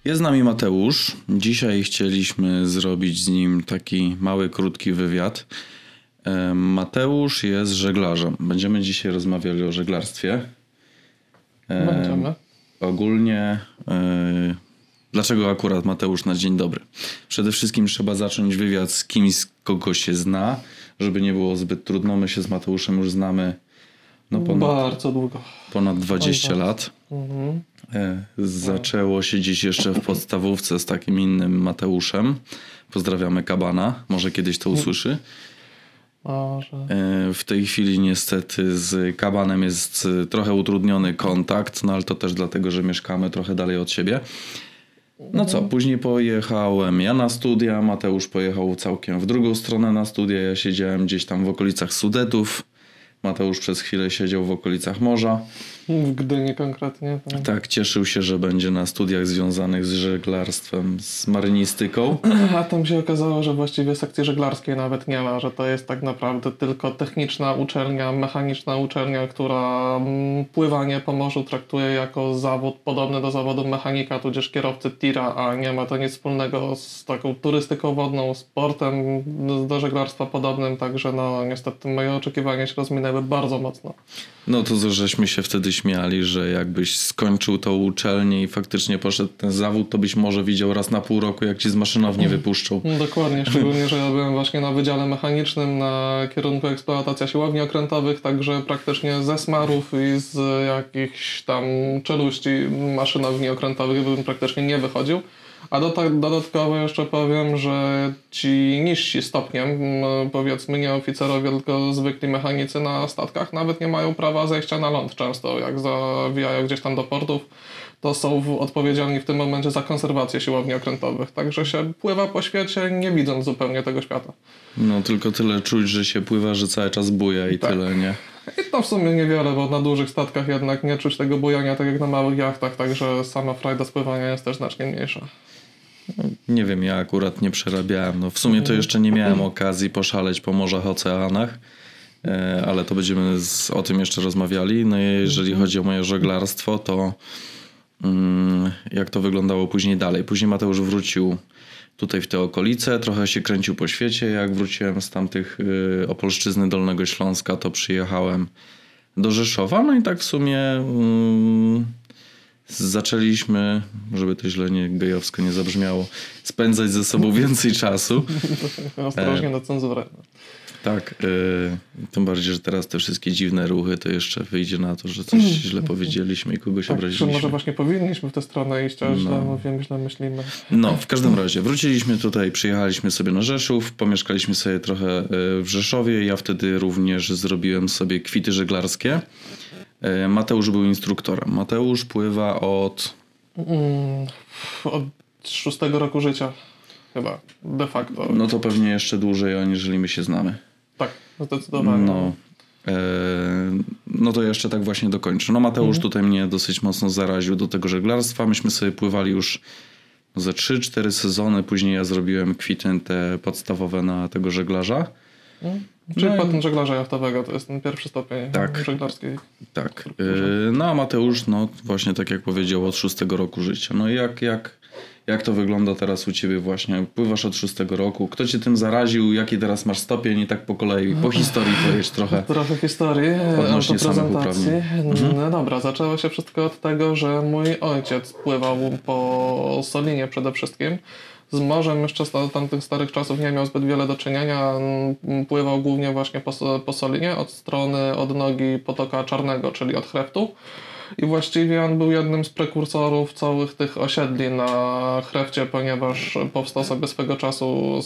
Jest z nami Mateusz. Dzisiaj chcieliśmy zrobić z nim taki mały, krótki wywiad. Mateusz jest żeglarzem. Będziemy dzisiaj rozmawiali o żeglarstwie. Będziemy. Ogólnie dlaczego akurat Mateusz na dzień dobry? Przede wszystkim trzeba zacząć wywiad z kimś, kogo się zna, żeby nie było zbyt trudno. My się z Mateuszem już znamy bardzo długo. Ponad 20 lat. Mhm. Zaczęło się dziś jeszcze w podstawówce z takim innym Mateuszem. Pozdrawiamy Kabana. Może kiedyś to usłyszy. Może. W tej chwili niestety z Kabanem jest trochę utrudniony kontakt, no ale to też dlatego, że mieszkamy trochę dalej od siebie. No co, później pojechałem ja na studia, Mateusz pojechał całkiem w drugą stronę na studia. Ja siedziałem gdzieś tam w okolicach Sudetów. Mateusz przez chwilę siedział w okolicach morza. W Gdyni konkretnie. Tak, cieszył się, że będzie na studiach związanych z żeglarstwem, z marynistyką. A tam się okazało, że właściwie sekcji żeglarskiej nawet nie ma, że to jest tak naprawdę tylko techniczna uczelnia, mechaniczna uczelnia, która pływanie po morzu traktuje jako zawód podobny do zawodu mechanika, tudzież kierowcy tira, a nie ma to nic wspólnego z taką turystyką wodną, sportem do żeglarstwa podobnym, także no niestety moje oczekiwania się rozminęły bardzo mocno. No to żeśmy się wtedy śmiali, że jakbyś skończył tą uczelnię i faktycznie poszedł ten zawód, to byś może widział raz na pół roku, jak ci z maszynowni wypuszczą. Dokładnie, szczególnie, że ja byłem właśnie na wydziale mechanicznym na kierunku eksploatacja siłowni okrętowych, także praktycznie ze smarów i z jakichś tam czeluści maszynowni okrętowych bym praktycznie nie wychodził. A dodatkowo jeszcze powiem, że ci niżsi stopniem, powiedzmy nie oficerowie, tylko zwykli mechanicy na statkach nawet nie mają prawa zejścia na ląd często. Jak zawijają gdzieś tam do portów, to są odpowiedzialni w tym momencie za konserwację siłowni okrętowych. Także się pływa po świecie, nie widząc zupełnie tego świata. No tylko tyle czuć, że się pływa, że cały czas buja i tak. Tyle, nie? I to w sumie niewiele, bo na dużych statkach jednak nie czuć tego bujania tak jak na małych jachtach, także sama frajda z pływania jest też znacznie mniejsza. Nie wiem, ja akurat nie przerabiałem. No w sumie to jeszcze nie miałem okazji poszaleć po morzach, oceanach, ale to będziemy o tym jeszcze rozmawiali. No i jeżeli chodzi o moje żeglarstwo, to jak to wyglądało później dalej. Później Mateusz wrócił tutaj w te okolice, trochę się kręcił po świecie. Jak wróciłem z tamtych Opolszczyzny, Dolnego Śląska, to przyjechałem do Rzeszowa. No i tak w sumie zaczęliśmy, żeby to źle gejowsko nie zabrzmiało, spędzać ze sobą więcej czasu. Ostrożnie na cenzurę. Tak, tym bardziej, że teraz te wszystkie dziwne ruchy, to jeszcze wyjdzie na to, że coś źle powiedzieliśmy i kogoś obraziliśmy. Może właśnie powinniśmy w tę stronę iść, a źle mówimy, źle myślimy. No, w każdym razie wróciliśmy tutaj, przyjechaliśmy sobie na Rzeszów, pomieszkaliśmy sobie trochę w Rzeszowie. Ja wtedy również zrobiłem sobie kwity żeglarskie. Mateusz był instruktorem. Mateusz pływa od 6 roku życia chyba, de facto. No to pewnie jeszcze dłużej, aniżeli my się znamy. Tak, zdecydowanie. No to jeszcze tak właśnie dokończę. No Mateusz tutaj mnie dosyć mocno zaraził do tego żeglarstwa. Myśmy sobie pływali już ze 3-4 sezony. Później ja zrobiłem kwity te podstawowe na tego żeglarza. Czyli patent żeglarza jachtowego, to jest ten pierwszy stopień żeglarski. Tak. No a Mateusz, no właśnie tak jak powiedział, od 6 roku życia. No i jak to wygląda teraz u ciebie właśnie? Pływasz od 6 roku. Kto cię tym zaraził? Jaki teraz masz stopień? I tak po kolei, po historii powiesz trochę. Trochę historii, odnośnie samych uprawnień. No dobra, zaczęło się wszystko od tego, że mój ojciec pływał po Solinie przede wszystkim. Z morzem jeszcze z tamtych starych czasów nie miał zbyt wiele do czynienia. Pływał głównie właśnie po Solinie od strony odnogi Potoka Czarnego, czyli od Chreftu. I właściwie on był jednym z prekursorów całych tych osiedli na Chrefcie, ponieważ powstał sobie swego czasu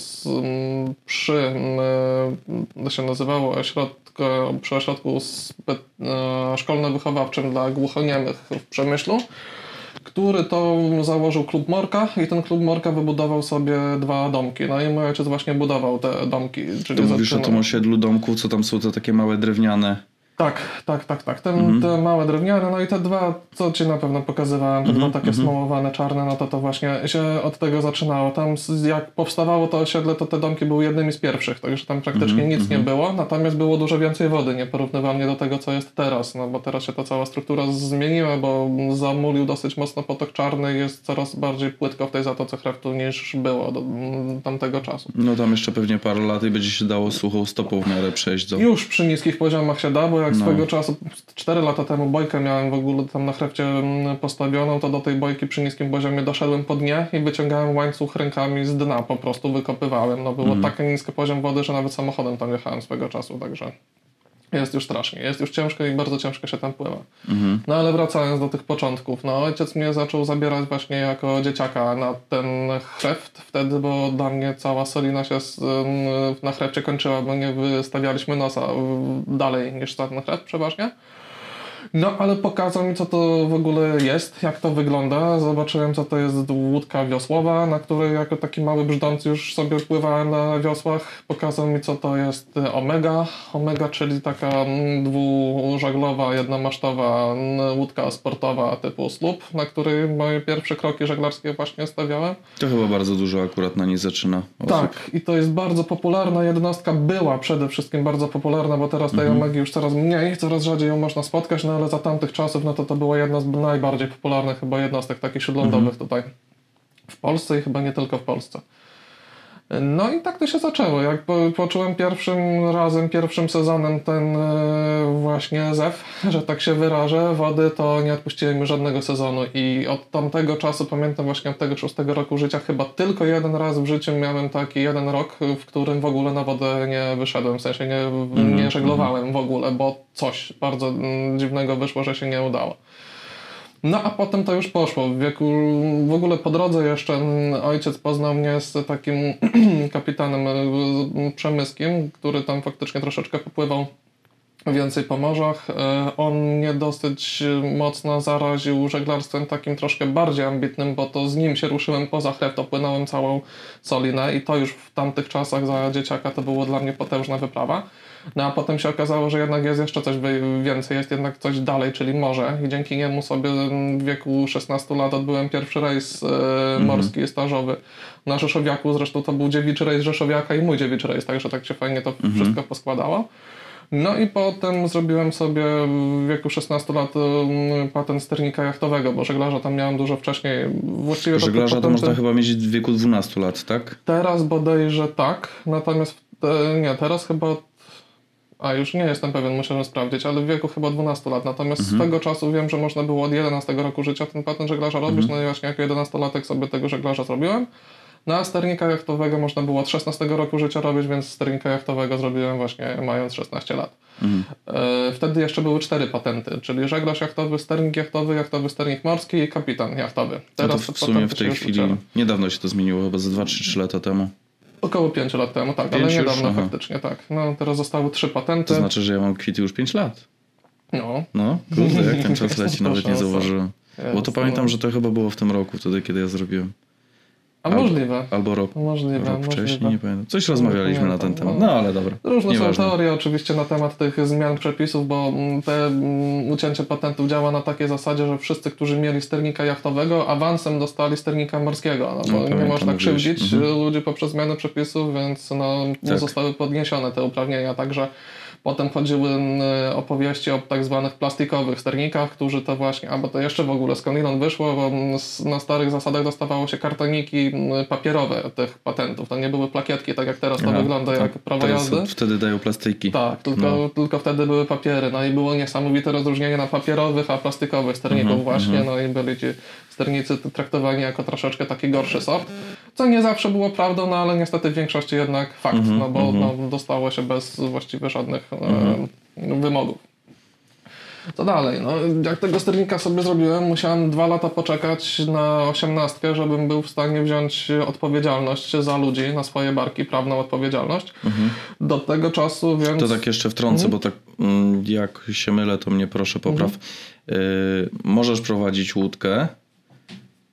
to się nazywało przy ośrodku szkolno-wychowawczym dla głuchoniemych w Przemyślu, który to założył klub Morka i ten klub Morka wybudował sobie 2 domki. No i mój ojciec właśnie budował te domki. Czyli to mówisz o tym osiedlu domków, co tam są te takie małe drewniane... Tak. Te małe drewniane, no i te dwa, co ci na pewno pokazywałem, te dwa takie smołowane, czarne, no to właśnie się od tego zaczynało. Tam jak powstawało to osiedle, to te domki były jednymi z pierwszych, także tam praktycznie nic nie było, natomiast było dużo więcej wody, nieporównywalnie do tego, co jest teraz, no bo teraz się ta cała struktura zmieniła, bo zamulił dosyć mocno potok czarny i jest coraz bardziej płytko w tej Zatoce Chreftu niż było do tamtego czasu. No tam jeszcze pewnie parę lat i będzie się dało suchą stopą w miarę przejść. Już przy niskich poziomach się da, bo jak swego czasu, 4 lata temu bojkę miałem w ogóle tam na Chrefcie postawioną, to do tej bojki przy niskim poziomie doszedłem po dnie i wyciągałem łańcuch rękami z dna, po prostu wykopywałem. No było taki niski poziom wody, że nawet samochodem tam jechałem swego czasu, także jest już strasznie, jest już ciężko i bardzo ciężko się tam pływa. No ale wracając do tych początków, no ojciec mnie zaczął zabierać właśnie jako dzieciaka na ten Chreft wtedy, bo dla mnie cała Solina się na Chrefcie kończyła, bo nie wystawialiśmy nosa dalej niż ten Chreft przeważnie. No, ale pokazał mi, co to w ogóle jest, jak to wygląda. Zobaczyłem, co to jest łódka wiosłowa, na której jako taki mały brzdąc już sobie pływałem na wiosłach. Pokazał mi, co to jest omega. Omega, czyli taka dwużaglowa, jednomasztowa łódka sportowa typu słup, na której moje pierwsze kroki żeglarskie właśnie stawiałem. To chyba bardzo dużo akurat na niej zaczyna osób. Tak, i to jest bardzo popularna jednostka. Była przede wszystkim bardzo popularna, bo teraz tej omegi już coraz mniej, coraz rzadziej ją można spotkać, no ale za tamtych czasów, no to była jedna z najbardziej popularnych chyba jednostek takich śródlądowych tutaj w Polsce i chyba nie tylko w Polsce. No i tak to się zaczęło. Jak poczułem pierwszym sezonem ten właśnie zew, że tak się wyrażę, wody, to nie odpuściłem już żadnego sezonu i od tamtego czasu, pamiętam właśnie od tego 6 roku życia, chyba tylko jeden raz w życiu miałem taki jeden rok, w którym w ogóle na wodę nie wyszedłem, w sensie nie żeglowałem w ogóle, bo coś bardzo dziwnego wyszło, że się nie udało. No a potem to już poszło. W ogóle po drodze jeszcze ojciec poznał mnie z takim kapitanem Przemyskim, który tam faktycznie troszeczkę popływał więcej po morzach. On mnie dosyć mocno zaraził żeglarstwem takim troszkę bardziej ambitnym, bo to z nim się ruszyłem poza Chreft, opłynąłem całą Solinę i to już w tamtych czasach za dzieciaka to było dla mnie potężna wyprawa. No a potem się okazało, że jednak jest jeszcze coś więcej, jest jednak coś dalej, czyli morze i dzięki niemu sobie w wieku 16 lat odbyłem pierwszy rejs morski stażowy na Rzeszowiaku, zresztą to był dziewiczy rejs Rzeszowiaka i mój dziewiczy rejs, także tak się fajnie to wszystko poskładało. No i potem zrobiłem sobie w wieku 16 lat patent sternika jachtowego, bo żeglarza tam miałem dużo wcześniej. Właściwie żeglarza to można chyba mieć w wieku 12 lat, tak? Teraz bodajże tak, natomiast nie, teraz chyba... już nie jestem pewien, muszę sprawdzić, ale w wieku chyba 12 lat. Natomiast swego czasu wiem, że można było od 11 roku życia ten patent żeglarza robić. No i właśnie jako 11-latek sobie tego żeglarza zrobiłem. No a sternika jachtowego można było od 16 roku życia robić, więc sternika jachtowego zrobiłem właśnie mając 16 lat. Wtedy jeszcze były 4 patenty, czyli żeglarz jachtowy, jachtowy sternik morski i kapitan jachtowy. Teraz to w sumie w tej chwili niedawno się to zmieniło, chyba za 2-3 lata temu. Około 5 lat temu, tak, ale niedawno faktycznie, tak. No teraz zostały 3 patenty. To znaczy, że ja mam kwity już 5 lat. No, kurde, jak ten czas leci, nawet nie zauważyłem. Bo to pamiętam, że to chyba było w tym roku, wtedy kiedy ja zrobiłem. Możliwe. Albo rok Możliwe. wcześniej, nie pamiętam. Coś rozmawialiśmy na ten temat, no ale dobra. Różne są teorie oczywiście na temat tych zmian przepisów, bo te ucięcie patentów działa na takiej zasadzie, że wszyscy, którzy mieli sternika jachtowego, awansem dostali sternika morskiego, no bo nie można krzywdzić ludzi poprzez zmiany przepisów, więc zostały podniesione te uprawnienia, także potem chodziły opowieści o tak zwanych plastikowych sternikach, którzy to właśnie, bo to jeszcze w ogóle skądinąd wyszło, bo na starych zasadach dostawało się kartoniki papierowe tych patentów. To nie były plakietki, tak jak teraz to wygląda jak prawo jazdy. Wtedy dają plastiki. Tak, tylko wtedy były papiery. No i było niesamowite rozróżnienie na papierowych, a plastikowych sterników właśnie. No i byli ci sternicy traktowani jako troszeczkę taki gorszy sort, co nie zawsze było prawdą, no ale niestety w większości jednak fakt, bo dostało się bez właściwie żadnych wymogów. Co dalej? No, jak tego sternika sobie zrobiłem, musiałem 2 lata poczekać na 18, żebym był w stanie wziąć odpowiedzialność za ludzi na swoje barki, prawną odpowiedzialność. Do tego czasu, więc... To tak jeszcze wtrącę, bo tak jak się mylę, to mnie proszę popraw. Możesz prowadzić łódkę,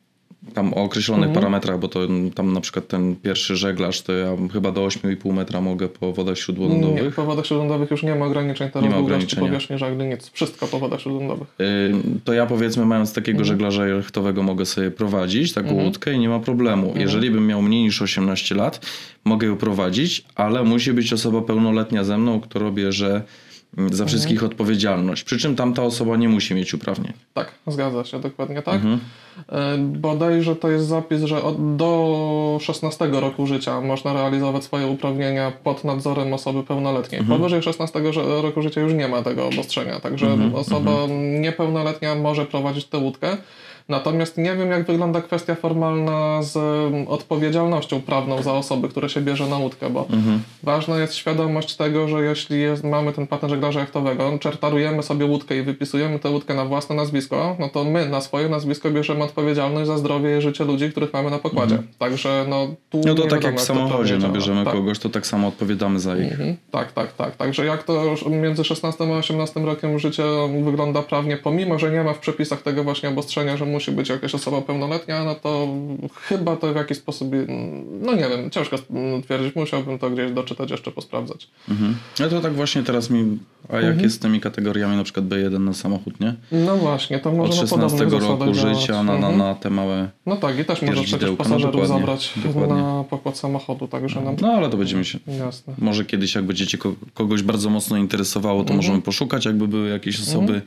tam o określonych parametrach, bo to tam na przykład ten pierwszy żeglarz, to ja chyba do 8,5 metra mogę po wodach śródlądowych. Nie, po wodach śródlądowych już nie ma ograniczeń teraz długości powierzchni żagli, nic. Wszystko po wodach śródlądowych. To ja powiedzmy mając takiego żeglarza jachtowego mogę sobie prowadzić taką łódkę i nie ma problemu. Jeżeli bym miał mniej niż 18 lat, mogę ją prowadzić, ale musi być osoba pełnoletnia ze mną, która bierze za wszystkich odpowiedzialność. Przy czym tamta osoba nie musi mieć uprawnień. Tak, zgadza się, dokładnie tak. Bodajże to jest zapis, że do 16 roku życia można realizować swoje uprawnienia pod nadzorem osoby pełnoletniej. Powyżej 16 roku życia już nie ma tego obostrzenia, także osoba niepełnoletnia może prowadzić tę łódkę. Natomiast nie wiem, jak wygląda kwestia formalna z odpowiedzialnością prawną za osoby, które się bierze na łódkę, bo ważna jest świadomość tego, że jeśli mamy ten patent żeglarza jachtowego, czarterujemy sobie łódkę i wypisujemy tę łódkę na własne nazwisko, no to my na swoje nazwisko bierzemy odpowiedzialność za zdrowie i życie ludzi, których mamy na pokładzie. Także tu no to tak jak w samochodzie, bierzemy kogoś, to tak samo odpowiadamy za ich. Tak. Także jak to między 16 a 18 rokiem życia wygląda prawnie, pomimo że nie ma w przepisach tego właśnie obostrzenia, że musi być jakaś osoba pełnoletnia, no to chyba to w jakiś sposób, no nie wiem, ciężko twierdzić, musiałbym to gdzieś doczytać, jeszcze posprawdzać. No to tak właśnie teraz a jak jest z tymi kategoriami na przykład B1 na samochód, nie? No właśnie, to może od 16 roku życia na te małe. No tak, i też może przecież pasażerów zabrać na pokład samochodu, także no ale to będziemy się. Jasne. Może kiedyś jak będziecie kogoś bardzo mocno interesowało, to możemy poszukać, jakby były jakieś osoby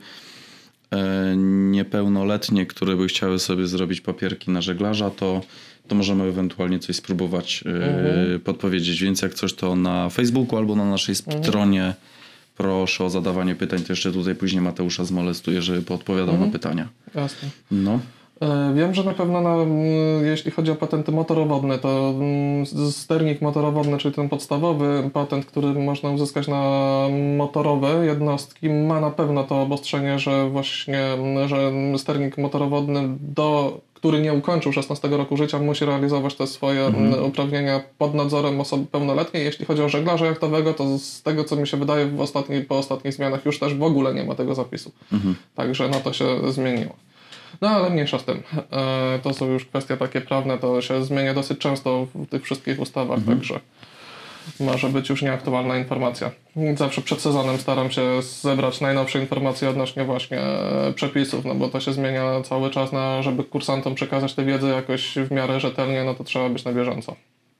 niepełnoletnie, które by chciały sobie zrobić papierki na żeglarza, to możemy ewentualnie coś spróbować podpowiedzieć. Więc jak coś, to na Facebooku albo na naszej stronie proszę o zadawanie pytań. To jeszcze tutaj później Mateusza zmolestuję, żeby podpowiadał na pytania. Jasne. No. Wiem, że na pewno jeśli chodzi o patenty motorowodne, to sternik motorowodny, czyli ten podstawowy patent, który można uzyskać na motorowe jednostki, ma na pewno to obostrzenie, że że sternik motorowodny, który nie ukończył 16 roku życia, musi realizować te swoje uprawnienia pod nadzorem osoby pełnoletniej. Jeśli chodzi o żeglarza jachtowego, to z tego, co mi się wydaje, po ostatnich zmianach już też w ogóle nie ma tego zapisu. Także to się zmieniło. No ale mniejsza z tym. To są już kwestie takie prawne, to się zmienia dosyć często w tych wszystkich ustawach, także może być już nieaktualna informacja. Zawsze przed sezonem staram się zebrać najnowsze informacje odnośnie właśnie przepisów, no bo to się zmienia cały czas, żeby kursantom przekazać tę wiedzę jakoś w miarę rzetelnie, no to trzeba być na bieżąco.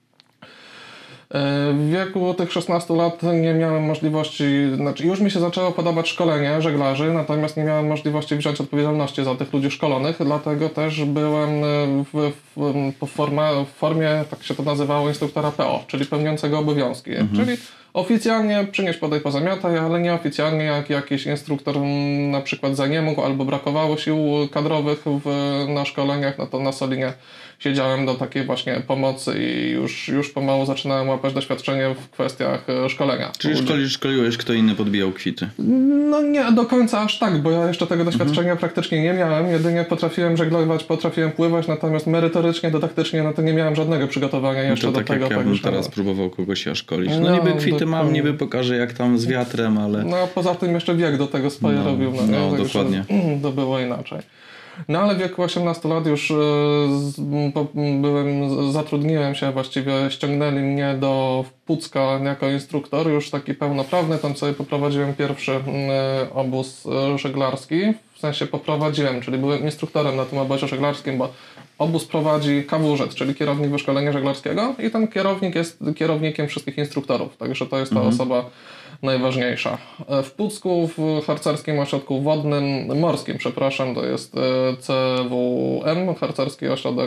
W wieku tych 16 lat nie miałem możliwości, już mi się zaczęło podobać szkolenie żeglarzy, natomiast nie miałem możliwości wziąć odpowiedzialności za tych ludzi szkolonych, dlatego też byłem w formie, tak się to nazywało, instruktora PO, czyli pełniącego obowiązki, czyli oficjalnie przynieś, podaj, pozamiataj, ale nieoficjalnie jak jakiś instruktor na przykład za nie mógł albo brakowało sił kadrowych na szkoleniach, no to na Solinie siedziałem do takiej właśnie pomocy i już pomału zaczynałem łapać doświadczenie w kwestiach szkolenia. Czyli szkoliłeś, kto inny podbijał kwity? No nie do końca aż tak, bo ja jeszcze tego doświadczenia praktycznie nie miałem. Jedynie potrafiłem żeglować, potrafiłem pływać, natomiast merytorycznie, dydaktycznie, no to nie miałem żadnego przygotowania jeszcze do tego. Ja bym teraz próbował kogoś szkolić. No niby kwity mam, niby pokażę jak tam z wiatrem, ale... No a poza tym jeszcze wiek do tego swoje robił. No dokładnie. To było inaczej. No ale w wieku 18 lat już zatrudniłem się, właściwie ściągnęli mnie do Pucka jako instruktor, już taki pełnoprawny, tam sobie poprowadziłem pierwszy obóz żeglarski, w sensie poprowadziłem, czyli byłem instruktorem na tym obozie żeglarskim, bo obóz prowadzi KWŻ, czyli kierownik wyszkolenia żeglarskiego i ten kierownik jest kierownikiem wszystkich instruktorów, także to jest ta osoba najważniejsza. W Pucku, w harcerskim ośrodku wodnym, morskim, przepraszam, to jest CWM, harcerski ośrodek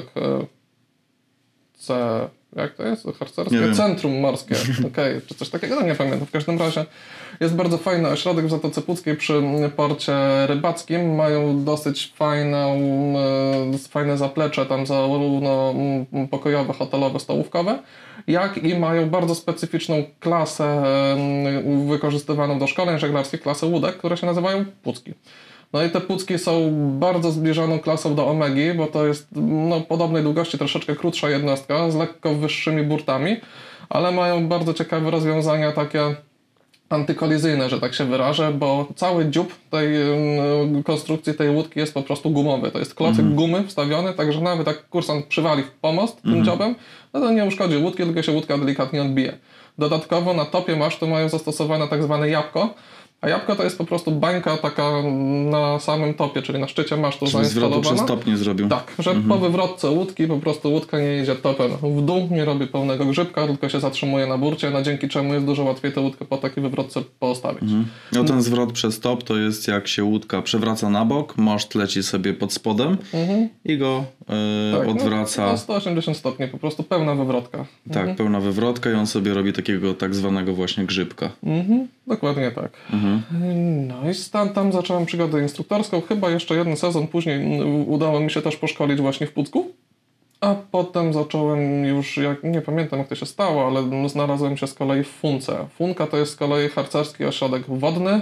jak to jest? Harcerskie Centrum Morskie. Okej, czy coś takiego? No nie pamiętam. W każdym razie jest bardzo fajny ośrodek w Zatoce Puckiej przy porcie rybackim. Mają dosyć fajne zaplecze, tam zarówno pokojowe, hotelowe, stołówkowe, jak i mają bardzo specyficzną klasę wykorzystywaną do szkoleń żeglarskich, klasę łódek, które się nazywają Pucki. No i te Pucki są bardzo zbliżoną klasą do Omegi, bo to jest podobnej długości, troszeczkę krótsza jednostka z lekko wyższymi burtami, ale mają bardzo ciekawe rozwiązania takie antykolizyjny, że tak się wyrażę, bo cały dziób tej konstrukcji tej łódki jest po prostu gumowy. To jest klocek gumy wstawiony, także nawet jak kursant przywali w pomost tym dziobem, no to nie uszkodzi łódki, tylko się łódka delikatnie odbije. Dodatkowo na topie masztu mają zastosowane tak zwane jabłko, a jabłko to jest po prostu bańka taka na samym topie, czyli na szczycie masztu zainstalowana. Zwrotu przez top nie zrobił. Tak, że po wywrotce łódki po prostu łódka nie idzie topem w dół, nie robi pełnego grzybka, tylko się zatrzymuje na burcie, no dzięki czemu jest dużo łatwiej tę łódkę po takiej wywrotce postawić. No ten zwrot przez top to jest jak się łódka przewraca na bok, maszt leci sobie pod spodem i go odwraca. No 180 stopni, po prostu pełna wywrotka. Tak, pełna wywrotka i on sobie robi takiego tak zwanego właśnie grzybka. Dokładnie tak. No i tam zacząłem przygodę instruktorską. Chyba jeszcze jeden sezon później udało mi się też poszkolić właśnie w Pucku. A potem zacząłem już, nie pamiętam jak to się stało, ale znalazłem się z kolei w Funce. Funka to jest z kolei harcerski ośrodek wodny.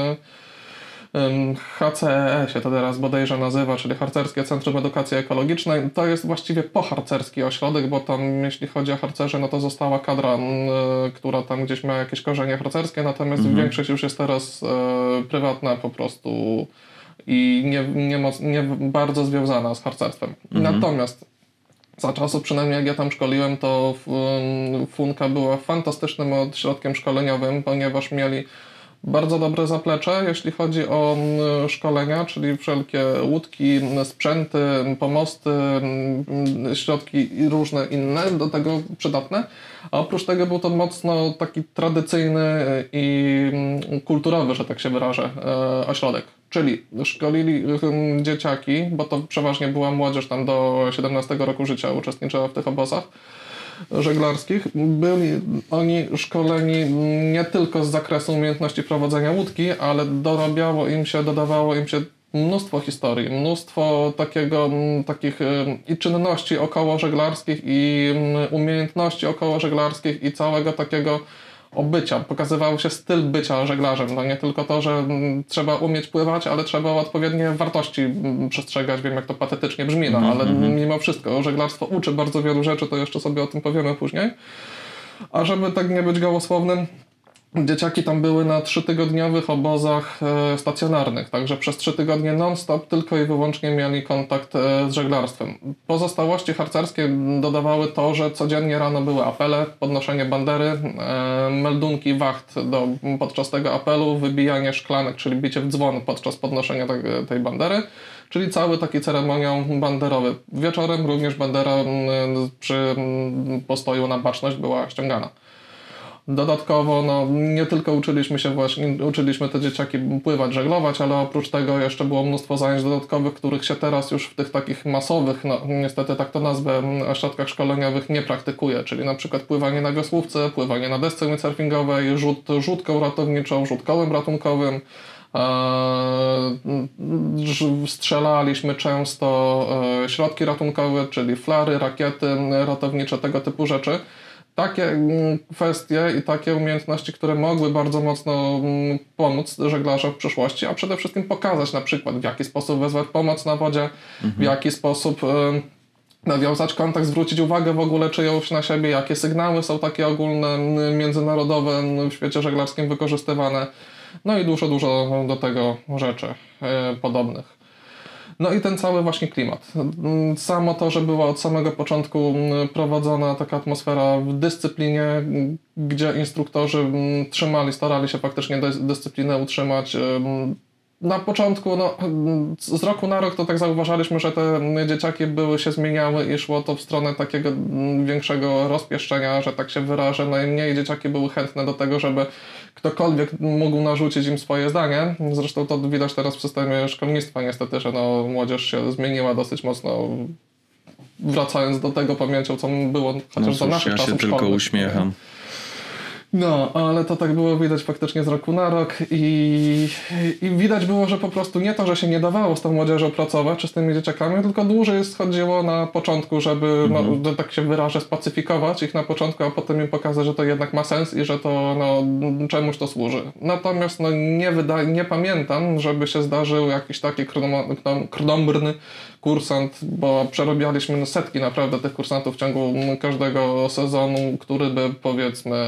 HCEE się to teraz bodajże nazywa, czyli Harcerskie Centrum Edukacji Ekologicznej. To jest właściwie poharcerski ośrodek, bo tam jeśli chodzi o harcerzy, no to została kadra, która tam gdzieś miała jakieś korzenie harcerskie, natomiast większość już jest teraz prywatna po prostu i nie bardzo związana z harcerstwem. Natomiast za czasów przynajmniej jak ja tam szkoliłem, to Funka była fantastycznym ośrodkiem szkoleniowym, ponieważ mieli bardzo dobre zaplecze, jeśli chodzi o szkolenia, czyli wszelkie łódki, sprzęty, pomosty, środki i różne inne do tego przydatne. A oprócz tego był to mocno taki tradycyjny i kulturowy, że tak się wyrażę, ośrodek. Czyli szkolili dzieciaki, bo to przeważnie była młodzież tam do 17 roku życia uczestniczyła w tych obozach żeglarskich. Byli oni szkoleni nie tylko z zakresu umiejętności prowadzenia łódki, ale dodawało im się mnóstwo historii, mnóstwo takich i czynności okołożeglarskich i umiejętności okołożeglarskich i całego takiego obycia. Pokazywał się styl bycia żeglarzem. No nie tylko to, że trzeba umieć pływać, ale trzeba odpowiednie wartości przestrzegać. Wiem, jak to patetycznie brzmi, ale mimo wszystko żeglarstwo uczy bardzo wielu rzeczy, to jeszcze sobie o tym powiemy później. A żeby tak nie być gołosłownym, dzieciaki tam były na 3-tygodniowych obozach stacjonarnych, także przez 3 tygodnie non-stop tylko i wyłącznie mieli kontakt z żeglarstwem. Pozostałości harcerskie dodawały to, że codziennie rano były apele, podnoszenie bandery, meldunki wacht podczas tego apelu, wybijanie szklanek, czyli bicie w dzwon podczas podnoszenia tej bandery, czyli cały taki ceremoniał banderowy. Wieczorem również bandera przy postoju na baczność była ściągana. Dodatkowo nie tylko uczyliśmy te dzieciaki pływać, żeglować, ale oprócz tego jeszcze było mnóstwo zajęć dodatkowych, których się teraz już w tych takich masowych, niestety tak to nazwę, ośrodkach szkoleniowych nie praktykuje, czyli na przykład pływanie na wiosłówce, pływanie na desce windsurfingowej, rzutką ratowniczą, rzutkołem ratunkowym. Strzelaliśmy często środki ratunkowe, czyli flary, rakiety ratownicze, tego typu rzeczy. Takie kwestie i takie umiejętności, które mogły bardzo mocno pomóc żeglarzom w przyszłości, a przede wszystkim pokazać na przykład, w jaki sposób wezwać pomoc na wodzie, w jaki sposób nawiązać kontakt, zwrócić uwagę w ogóle czyjąś na siebie, jakie sygnały są takie ogólne, międzynarodowe w świecie żeglarskim wykorzystywane. No i dużo do tego rzeczy podobnych. No i ten cały właśnie klimat. Samo to, że była od samego początku prowadzona taka atmosfera w dyscyplinie, gdzie instruktorzy starali się faktycznie dyscyplinę utrzymać. Na początku, z roku na rok to tak zauważaliśmy, że te dzieciaki się zmieniały i szło to w stronę takiego większego rozpieszczenia, że tak się wyrażę. Najmniej dzieciaki były chętne do tego, żeby ktokolwiek mógł narzucić im swoje zdanie. Zresztą to widać teraz w systemie szkolnictwa niestety, że młodzież się zmieniła dosyć mocno, wracając do tego pamięcią, co było chociaż za naszych czasów szkolnych. Ja się tylko uśmiecham. No, ale to tak było widać faktycznie z roku na rok i widać było, że po prostu nie to, że się nie dawało z tą młodzieżą pracować, czy z tymi dzieciakami, tylko dłużej schodziło na początku, żeby, że tak się wyrażę, spacyfikować ich na początku, a potem im pokazać, że to jednak ma sens i że to czemuś to służy. Natomiast nie pamiętam, żeby się zdarzył jakiś taki krnąbrny kursant, bo przerabialiśmy setki naprawdę tych kursantów w ciągu każdego sezonu, który by powiedzmy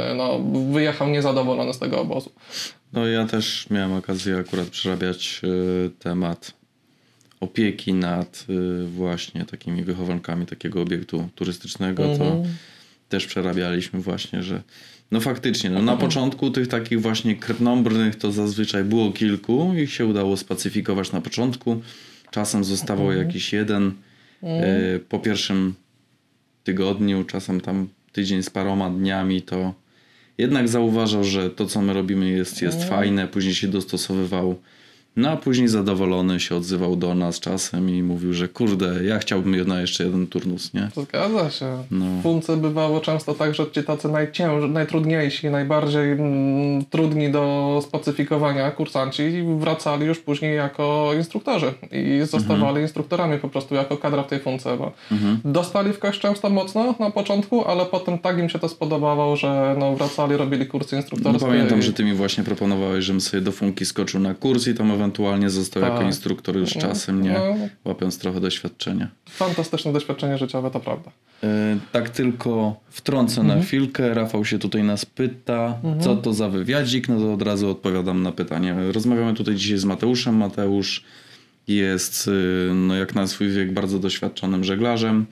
wyjechał niezadowolony z tego obozu. No ja też miałem okazję akurat przerabiać temat opieki nad właśnie takimi wychowankami takiego obiektu turystycznego, to też przerabialiśmy właśnie, że no faktycznie, no na początku tych takich właśnie krnąbrnych to zazwyczaj było kilku, ich się udało spacyfikować na początku, czasem zostawał jakiś jeden po pierwszym tygodniu, czasem tam tydzień z paroma dniami, to jednak zauważał, że to co my robimy jest fajne, później się dostosowywał. No a później zadowolony się odzywał do nas czasem i mówił, że kurde, ja chciałbym jeszcze jeden turnus, nie? Zgadza się. No. W Funce bywało często tak, że ci tacy najtrudniejsi, najbardziej trudni do spacyfikowania kursanci wracali już później jako instruktorzy i zostawali instruktorami po prostu jako kadra w tej Funce, bo dostali w kość często mocno na początku, ale potem tak im się to spodobało, że no wracali, robili kursy instruktorskie. No pamiętam, że ty mi właśnie proponowałeś, żebym sobie do Funki skoczył na kurs i tam ewentualnie został jako instruktor już czasem, nie? Łapiąc trochę doświadczenia. Fantastyczne doświadczenie życiowe, to prawda. Tak tylko wtrącę na chwilkę. Rafał się tutaj nas pyta, co to za wywiadzik? No to od razu odpowiadam na pytanie. Rozmawiamy tutaj dzisiaj z Mateuszem. Mateusz jest, no jak na swój wiek, bardzo doświadczonym żeglarzem.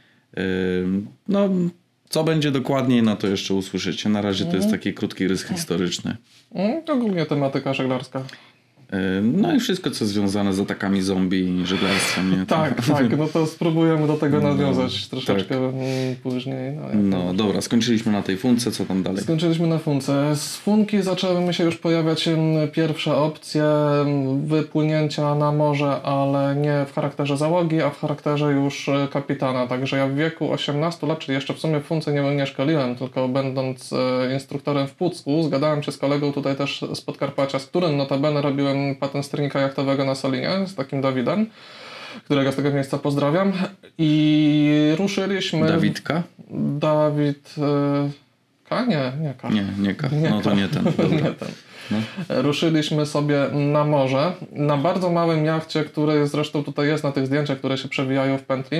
No, co będzie dokładniej, no to jeszcze usłyszycie. Na razie to jest taki krótki rys historyczny. Ogólnie tematyka żeglarska. No i wszystko, co związane z atakami zombie i żeglarstwem. Nie? Tak, no to spróbujemy do tego nawiązać troszeczkę później. No dobra, skończyliśmy na tej Funce, co tam dalej? Skończyliśmy na Funce. Z Funki zaczęły mi się już pojawiać pierwsze opcje wypłynięcia na morze, ale nie w charakterze załogi, a w charakterze już kapitana. Także ja w wieku 18 lat, czyli jeszcze w sumie w Funce nie szkoliłem, tylko będąc instruktorem w Pucku, zgadałem się z kolegą tutaj też z Podkarpacia, z którym notabene robiłem patent sternika jachtowego na Solinie, z takim Dawidem, którego z tego miejsca pozdrawiam. I ruszyliśmy... Dawidka? Dawid... K? Nie K. Nie K. No to nie ten. Nie ten. No. Ruszyliśmy sobie na morze, na bardzo małym jachcie, który zresztą tutaj jest na tych zdjęciach, które się przewijają w pętli.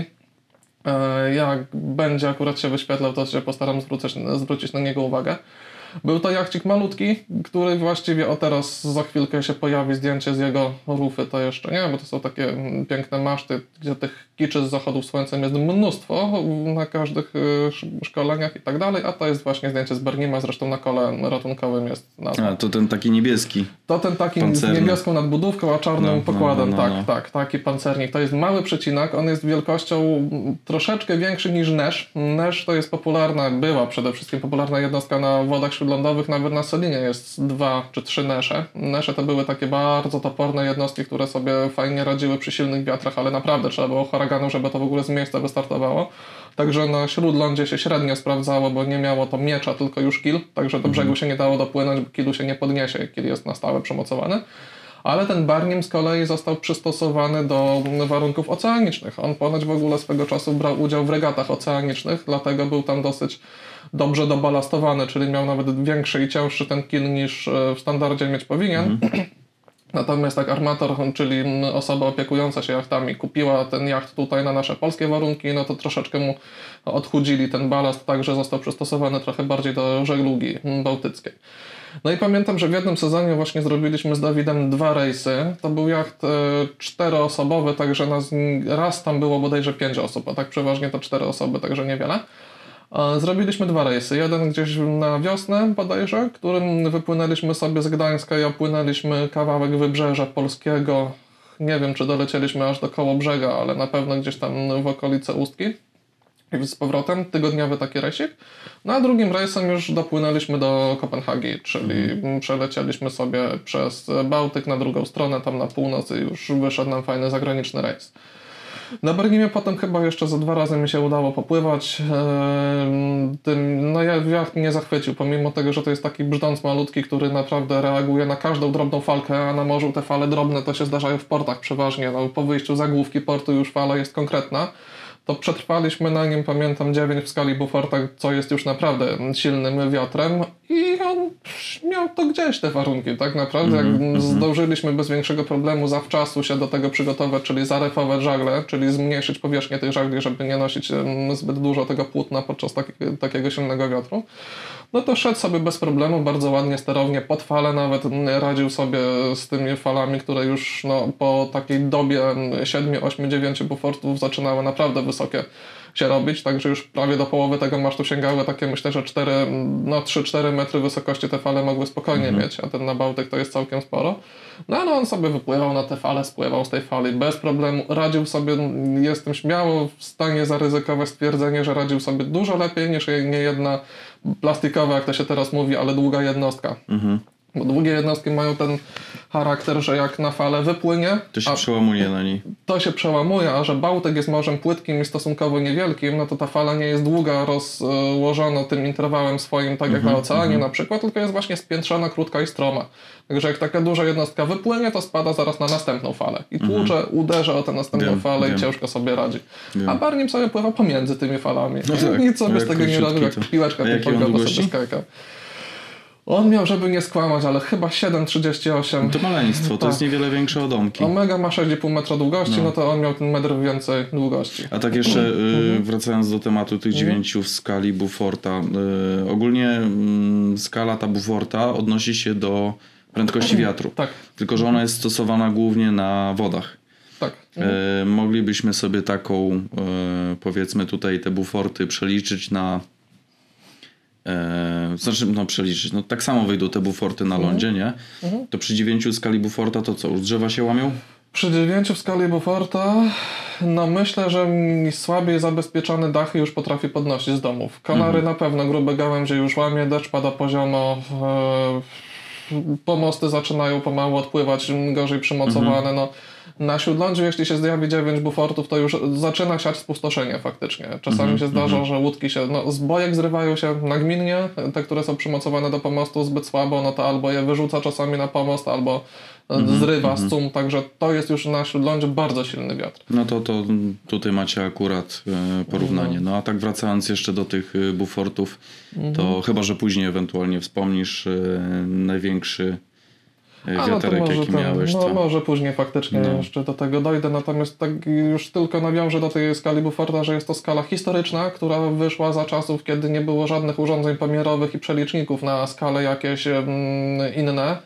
Jak będzie akurat się wyświetlał, to się postaram zwrócić na niego uwagę. Był to jachcik malutki, który właściwie teraz za chwilkę się pojawi zdjęcie z jego rufy, to jeszcze nie, bo to są takie piękne maszty, gdzie tych kiczy z zachodów słońcem jest mnóstwo na każdych szkoleniach i tak dalej, a to jest właśnie zdjęcie z Bernima, zresztą na kole ratunkowym jest nazwa. A, to ten taki niebieski. To ten taki pancerny. Z niebieską nadbudówką, a czarnym pokładem, tak, taki pancernik. To jest mały przecinak, on jest wielkością troszeczkę większy niż Nesz. Nesz to jest była przede wszystkim popularna jednostka na wodach śródlądowych, nawet na Solinie jest 2 czy 3 Nesze. Nesze to były takie bardzo toporne jednostki, które sobie fajnie radziły przy silnych wiatrach, ale naprawdę trzeba było huraganu, żeby to w ogóle z miejsca wystartowało. Także na śródlądzie się średnio sprawdzało, bo nie miało to miecza, tylko już kil, także do brzegu się nie dało dopłynąć, bo kilu się nie podniesie, kil jest na stałe przymocowany. Ale ten Barnim z kolei został przystosowany do warunków oceanicznych. On ponoć w ogóle swego czasu brał udział w regatach oceanicznych, dlatego był tam dosyć dobrze dobalastowany, czyli miał nawet większy i cięższy ten kil niż w standardzie mieć powinien. Natomiast jak armator, czyli osoba opiekująca się jachtami, kupiła ten jacht tutaj na nasze polskie warunki, no to troszeczkę mu odchudzili ten balast, tak że został przystosowany trochę bardziej do żeglugi bałtyckiej. No i pamiętam, że w jednym sezonie właśnie zrobiliśmy z Dawidem 2 rejsy. To był jacht 4-osobowy, także raz tam było bodajże 5 osób, a tak przeważnie to 4 osoby, także niewiele. Zrobiliśmy 2 rejsy. Jeden gdzieś na wiosnę bodajże, którym wypłynęliśmy sobie z Gdańska i opłynęliśmy kawałek wybrzeża polskiego. Nie wiem, czy dolecieliśmy aż do Kołobrzega, ale na pewno gdzieś tam w okolice Ustki. I z powrotem, tygodniowy taki rejsik. No a drugim rejsem już dopłynęliśmy do Kopenhagi, czyli przelecieliśmy sobie przez Bałtyk na drugą stronę, tam na północ i już wyszedł nam fajny zagraniczny rejs. Na Bergimie potem chyba jeszcze za 2 razy mi się udało popływać. No jacht mnie zachwycił, pomimo tego, że to jest taki brzdąc malutki, który naprawdę reaguje na każdą drobną falkę, a na morzu te fale drobne to się zdarzają w portach przeważnie. No, po wyjściu z główki portu już fala jest konkretna. To przetrwaliśmy na nim, pamiętam, 9 w skali Beauforta, co jest już naprawdę silnym wiatrem i on miał to gdzieś te warunki, tak naprawdę. Jak zdążyliśmy bez większego problemu zawczasu się do tego przygotować, czyli zarefować żagle, czyli zmniejszyć powierzchnię tych żagli, żeby nie nosić zbyt dużo tego płótna podczas takiego silnego wiatru. no to szedł sobie bez problemu, bardzo ładnie, sterownie, pod falę nawet radził sobie z tymi falami, które już no, po takiej dobie 7, 8, 9 bufortów zaczynały naprawdę wysokie się robić, także już prawie do połowy tego masztu sięgały takie, myślę, że 3-4 metry wysokości te fale mogły spokojnie mieć, a ten na Bałtyk to jest całkiem sporo. No ale on sobie wypływał na te fale, spływał z tej fali bez problemu, radził sobie, jestem śmiało w stanie zaryzykować stwierdzenie, że radził sobie dużo lepiej niż nie jedna plastikowa, jak to się teraz mówi, ale długa jednostka. Bo długie jednostki mają ten charakter, że jak na falę wypłynie... To się przełamuje na niej. To się przełamuje, a że Bałtyk jest morzem płytkim i stosunkowo niewielkim, no to ta fala nie jest długa, rozłożona tym interwałem swoim, tak jak na oceanie na przykład, tylko jest właśnie spiętrzona, krótka i stroma. Także jak taka duża jednostka wypłynie, to spada zaraz na następną falę. I tłucze, uderza o tę następną falę i ciężko sobie radzi. A Barnim sobie pływa pomiędzy tymi falami. No tak, Nic sobie z tego nie robił, jak piłeczka ping-pongowa sobie skakał. On miał, żeby nie skłamać, ale chyba 7,38. To maleństwo, to jest niewiele większe od Omki. Omega ma 6,5 metra długości, no to on miał ten metr więcej długości. A tak jeszcze wracając do tematu tych 9 w skali Beauforta. Ogólnie skala ta Beauforta odnosi się do prędkości wiatru. Tak. Tylko że ona jest stosowana głównie na wodach. Tak. Moglibyśmy sobie taką, powiedzmy tutaj te Beauforty przeliczyć na... przeliczyć. No, tak samo wyjdą te Beauforty na lądzie, nie? To przy 9 w skali Beauforta to co? Już drzewa się łamią? Przy 9 w skali Beauforta no myślę, że słabiej zabezpieczone dachy już potrafi podnosić z domów. Konary na pewno, grube gałęzie już łamie, deszcz pada poziomo, pomosty zaczynają pomału odpływać, gorzej przymocowane. No, na śródlądziu, jeśli się zjawi 9 Beaufortów, to już zaczyna siać spustoszenie faktycznie. Czasami się zdarza, że łódki się, z bojek zrywają się nagminnie, te, które są przymocowane do pomostu zbyt słabo, no to albo je wyrzuca czasami na pomost, albo zrywa z cum, także to jest już na śródlądziu bardzo silny wiatr. No to tutaj macie akurat porównanie. No a tak wracając jeszcze do tych Beaufortów, to chyba, że później ewentualnie wspomnisz największy wiaterek, jaki miałeś. No może później faktycznie jeszcze do tego dojdę, natomiast tak już tylko nawiążę do tej skali Beauforta, że jest to skala historyczna, która wyszła za czasów, kiedy nie było żadnych urządzeń pomiarowych i przeliczników na skale jakieś inne,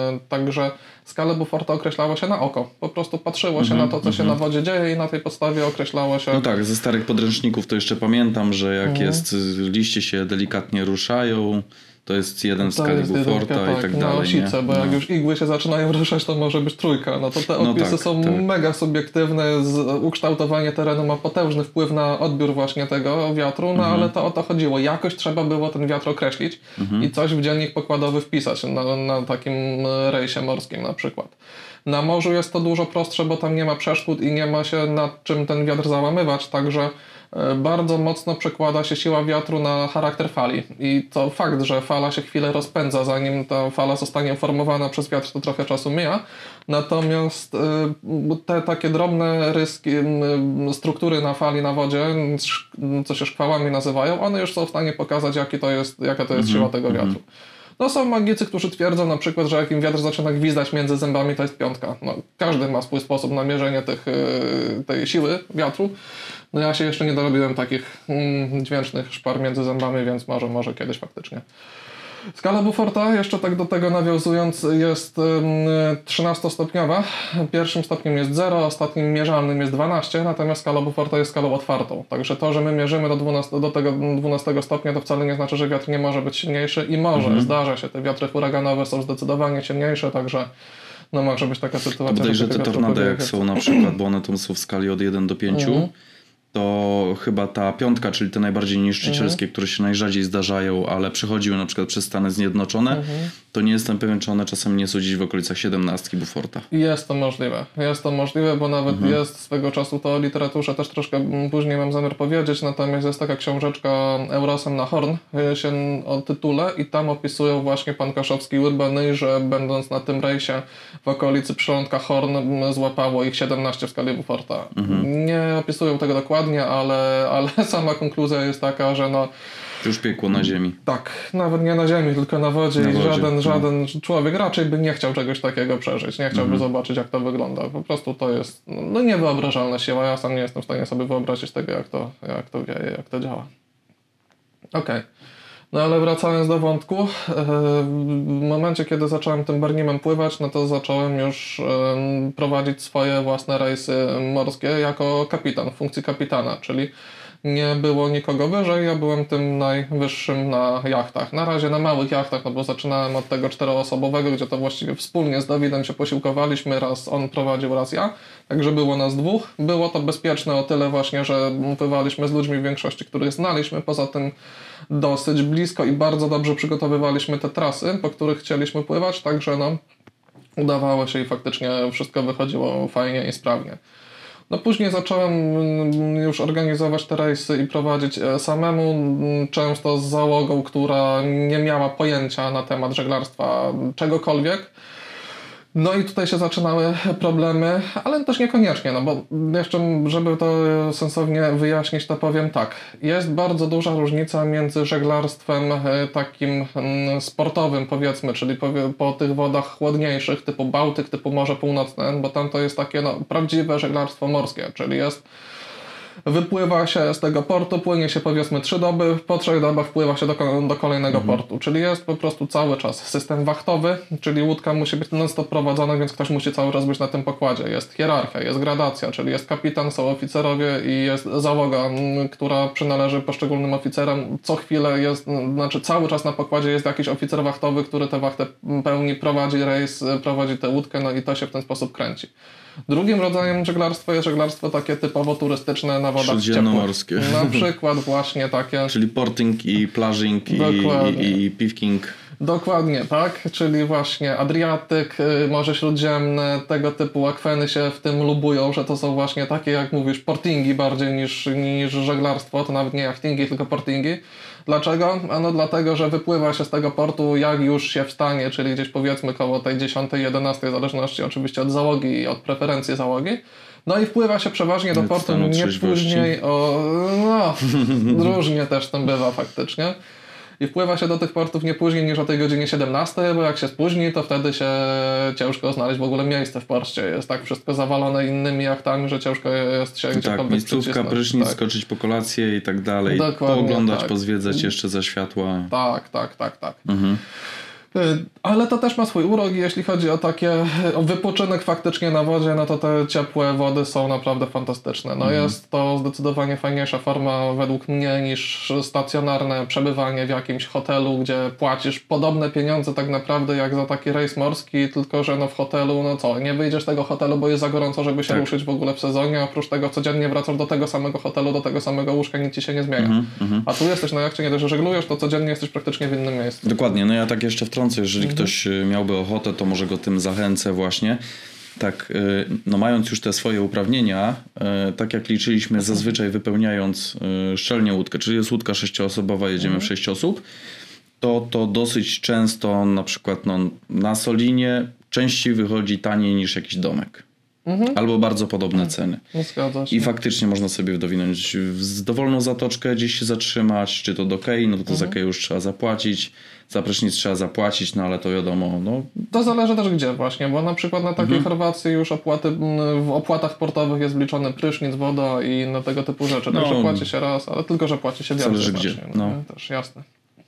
także skalę Beauforta określało się na oko. Po prostu patrzyło się na to, co się na wodzie dzieje i na tej podstawie określało się... No tak, ze starych podręczników to jeszcze pamiętam, że jak liście się delikatnie ruszają, to jest jeden w skali Beauforta i tak dalej. Na osice, bo jak już igły się zaczynają ruszać, to może być trójka. No to te opisy są mega subiektywne, ukształtowanie terenu ma potężny wpływ na odbiór właśnie tego wiatru, no ale to o to chodziło. Jakoś trzeba było ten wiatr określić i coś w dziennik pokładowy wpisać na takim rejsie morskim na przykład. Na morzu jest to dużo prostsze, bo tam nie ma przeszkód i nie ma się nad czym ten wiatr załamywać, także bardzo mocno przekłada się siła wiatru na charakter fali i to fakt, że fala się chwilę rozpędza, zanim ta fala zostanie uformowana przez wiatr, to trochę czasu mija, natomiast te takie drobne ryski, struktury na fali na wodzie, co się szkwałami nazywają, one już są w stanie pokazać, jaka to jest siła tego wiatru. No są magicy, którzy twierdzą na przykład, że jak im wiatr zaczyna gwizdać między zębami, to jest piątka. No, każdy ma swój sposób na mierzenie tej siły wiatru. No ja się jeszcze nie dorobiłem takich dźwięcznych szpar między zębami, więc może kiedyś faktycznie. Skala Beauforta, jeszcze tak do tego nawiązując, jest 13-stopniowa. Pierwszym stopniem jest 0, ostatnim mierzalnym jest 12, natomiast skala Beauforta jest skalą otwartą. Także to, że my mierzymy do tego 12 stopnia, to wcale nie znaczy, że wiatr nie może być silniejszy i może. Zdarza się, te wiatry huraganowe są zdecydowanie silniejsze, także no może być taka sytuacja. Bodajże te tornada jak są na przykład, bo one tam są w skali od 1 do 5, to chyba ta piątka, czyli te najbardziej niszczycielskie, które się najrzadziej zdarzają, ale przechodziły na przykład przez Stany Zjednoczone, to nie jestem pewien, czy one czasem nie są gdzieś w okolicach 17 Beauforta. Jest to możliwe, bo nawet jest swego czasu to o literaturze też troszkę później mam zamiar powiedzieć, natomiast jest taka książeczka Eurosem na Horn się o tytule i tam opisują właśnie pan Kaszowski i Urbany, że będąc na tym rejsie w okolicy przylądka Horn złapało ich 17 w skali Beauforta. Nie opisują tego dokładnie, ale sama konkluzja jest taka, że no... Już piekło na ziemi. Tak, nawet nie na ziemi, tylko na wodzie i żaden człowiek raczej by nie chciał czegoś takiego przeżyć, nie chciałby zobaczyć, jak to wygląda. Po prostu to jest niewyobrażalna siła. Ja sam nie jestem w stanie sobie wyobrazić tego, jak to wieje, jak to działa. Okej. No ale wracając do wątku, w momencie kiedy zacząłem tym Bernimem pływać, no to zacząłem już prowadzić swoje własne rejsy morskie jako kapitan, w funkcji kapitana, czyli nie było nikogo wyżej, ja byłem tym najwyższym na jachtach. Na razie na małych jachtach, no bo zaczynałem od tego 4-osobowego, gdzie to właściwie wspólnie z Dawidem się posiłkowaliśmy, raz on prowadził, raz ja, także było nas dwóch. Było to bezpieczne o tyle właśnie, że pływaliśmy z ludźmi w większości, których znaliśmy, poza tym dosyć blisko i bardzo dobrze przygotowywaliśmy te trasy, po których chcieliśmy pływać, także no udawało się i faktycznie wszystko wychodziło fajnie i sprawnie. No później zacząłem już organizować te rejsy i prowadzić samemu, często z załogą, która nie miała pojęcia na temat żeglarstwa czegokolwiek. No i tutaj się zaczynały problemy, ale też niekoniecznie, no bo jeszcze, żeby to sensownie wyjaśnić, to powiem tak. Jest bardzo duża różnica między żeglarstwem takim sportowym, powiedzmy, czyli po tych wodach chłodniejszych, typu Bałtyk, typu Morze Północne, bo tam to jest takie prawdziwe żeglarstwo morskie, czyli wypływa się z tego portu, płynie się powiedzmy 3 doby, po 3 dobach wpływa się do kolejnego portu, czyli jest po prostu cały czas system wachtowy, czyli łódka musi być non-stop prowadzona, więc ktoś musi cały czas być na tym pokładzie. Jest hierarchia, jest gradacja, czyli jest kapitan, są oficerowie i jest załoga, która przynależy poszczególnym oficerom. Co chwilę cały czas na pokładzie jest jakiś oficer wachtowy, który tę wachtę pełni, prowadzi rejs, prowadzi tę łódkę, no i to się w ten sposób kręci. Drugim rodzajem żeglarstwa jest żeglarstwo takie typowo turystyczne na wodach śródziemnomorskie. Na przykład właśnie takie. Czyli porting i plażing i pivking. Dokładnie, tak? Czyli właśnie Adriatyk, Morze Śródziemne, tego typu akweny się w tym lubują, że to są właśnie takie, jak mówisz, portingi bardziej niż żeglarstwo, to nawet nie jachtingi, tylko portingi. Dlaczego? Ano dlatego, że wypływa się z tego portu jak już się wstanie, czyli gdzieś powiedzmy koło tej 10-11, w zależności oczywiście od załogi i od preferencji załogi. No i wpływa się przeważnie do portu nie później różnie też tam bywa faktycznie. I wpływa się do tych portów nie później niż o tej godzinie 17, bo jak się spóźni, to wtedy się ciężko znaleźć w ogóle miejsce w porcie. Jest tak wszystko zawalone innymi jachtami, że ciężko jest się gdziekolwiek miejscówka, prysznic, skoczyć po kolację i tak dalej. Dokładnie, pooglądać, pozwiedzać jeszcze za światła. Tak. Mhm. Ale to też ma swój urok i jeśli chodzi o wypoczynek faktycznie na wodzie, no to te ciepłe wody są naprawdę fantastyczne. No jest to zdecydowanie fajniejsza forma według mnie niż stacjonarne przebywanie w jakimś hotelu, gdzie płacisz podobne pieniądze tak naprawdę jak za taki rejs morski, tylko że w hotelu, nie wyjdziesz z tego hotelu, bo jest za gorąco, żeby się ruszyć w ogóle w sezonie, oprócz tego codziennie wracasz do tego samego hotelu, do tego samego łóżka, nic ci się nie zmienia. A tu jesteś na jachcie, nie dość, że żeglujesz, to codziennie jesteś praktycznie w innym miejscu. Dokładnie, no ja tak jeszcze wtrącę, jeżeli ktoś miałby ochotę, to może go tym zachęcę właśnie. Tak, mając już te swoje uprawnienia, tak jak liczyliśmy zazwyczaj wypełniając szczelnie łódkę, czyli jest łódka 6-osobowa, jedziemy w 6 osób, to dosyć często na przykład na Solinie częściej wychodzi taniej niż jakiś domek. Albo bardzo podobne ceny. Zgadza się. I faktycznie można sobie dowinąć w dowolną zatoczkę, gdzieś się zatrzymać, czy to do kei, no to za kej już trzeba zapłacić, za prysznic trzeba zapłacić, no ale to wiadomo. To zależy też gdzie właśnie, bo na przykład na takiej Chorwacji już w opłatach portowych jest wliczony prysznic, woda i na tego typu rzeczy. Także płaci się raz, ale tylko, że płaci się więcej. Zależy gdzie. Też jasne.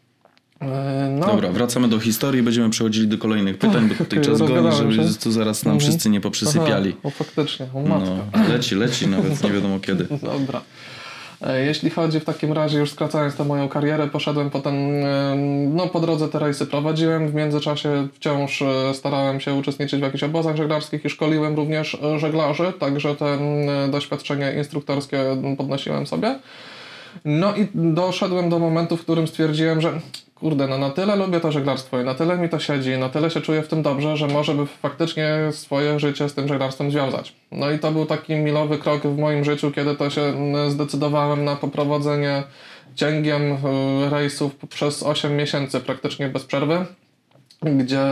Dobra, wracamy do historii i będziemy przechodzili do kolejnych pytań, bo tutaj czas goni, żeby tu zaraz nam wszyscy nie poprzysypiali. Faktycznie, matka. Leci nawet, nie wiadomo kiedy. Dobra. Jeśli chodzi w takim razie, już skracając tę moją karierę, poszedłem potem, po drodze te rejsy prowadziłem, w międzyczasie wciąż starałem się uczestniczyć w jakichś obozach żeglarskich i szkoliłem również żeglarzy, także te doświadczenie instruktorskie podnosiłem sobie. No i doszedłem do momentu, w którym stwierdziłem, że na tyle lubię to żeglarstwo i na tyle mi to siedzi, na tyle się czuję w tym dobrze, że może by faktycznie swoje życie z tym żeglarstwem związać. No i to był taki milowy krok w moim życiu, kiedy to się zdecydowałem na poprowadzenie cięgiem rejsów przez 8 miesięcy praktycznie bez przerwy, gdzie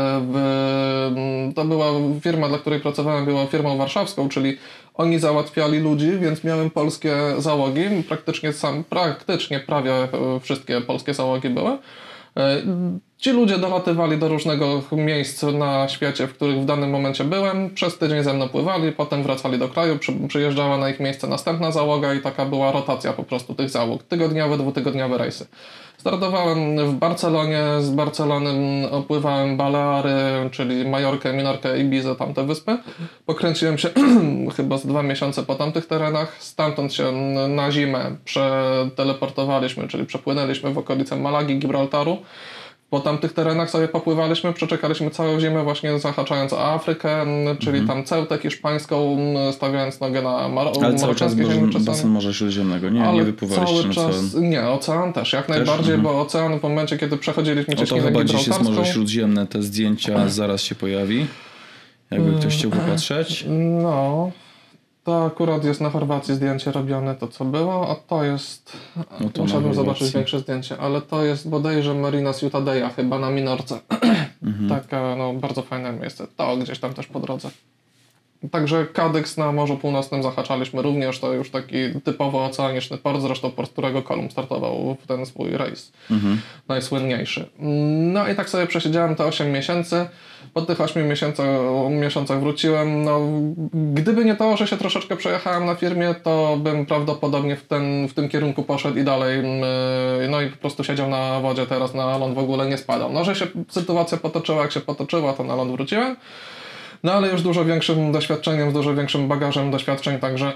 to była firma, dla której pracowałem, była firmą warszawską, czyli oni załatwiali ludzi, więc miałem polskie załogi, praktycznie prawie wszystkie polskie załogi były. Ci ludzie dolatywali do różnego miejsc na świecie, w których w danym momencie byłem, przez tydzień ze mną pływali, potem wracali do kraju, przyjeżdżała na ich miejsce następna załoga i taka była rotacja po prostu tych załóg. Tygodniowe, dwutygodniowe rejsy. Startowałem w Barcelonie, z Barcelony opływałem Baleary, czyli Majorkę, Minorkę, Ibizę, tamte wyspy. Pokręciłem się chyba z 2 miesiące po tamtych terenach, stamtąd się na zimę przeteleportowaliśmy, czyli przepłynęliśmy w okolice Malagi, Gibraltaru. Po tamtych terenach sobie popływaliśmy, przeczekaliśmy całą zimę właśnie zahaczając o Afrykę, czyli tam Ceutę hiszpańską, stawiając nogę na ale cały czas basen Morza Śródziemnego, nie wypływaliście na czas, nie, ocean też, jak najbardziej, bo ocean w momencie, kiedy przechodziliśmy Cieśninę Gibraltarską... To chyba dziś jest Morze Śródziemne, te zdjęcia zaraz się pojawi, jakby ktoś chciał popatrzeć. No... To akurat jest na Chorwacji zdjęcie robione, to co było, a to jest... No to musiałbym zobaczyć większe zdjęcie, ale to jest bodajże Marina Ciutadella chyba na Minorce. Taka bardzo fajne miejsce. To gdzieś tam też po drodze. Także Kadyks na Morzu Północnym zahaczaliśmy również, to już taki typowo oceaniczny port, zresztą port, którego Kolumb startował w ten swój rejs. Najsłynniejszy. No i tak sobie przesiedziałem te 8 miesięcy. Po tych 8 miesiącach wróciłem. No, gdyby nie to, że się troszeczkę przejechałem na firmie, to bym prawdopodobnie w tym kierunku poszedł i dalej. No i po prostu siedział na wodzie, teraz na ląd w ogóle nie spadał. No, że się sytuacja potoczyła, jak się potoczyła, to na ląd wróciłem. No ale już dużo większym doświadczeniem, z dużo większym bagażem doświadczeń, także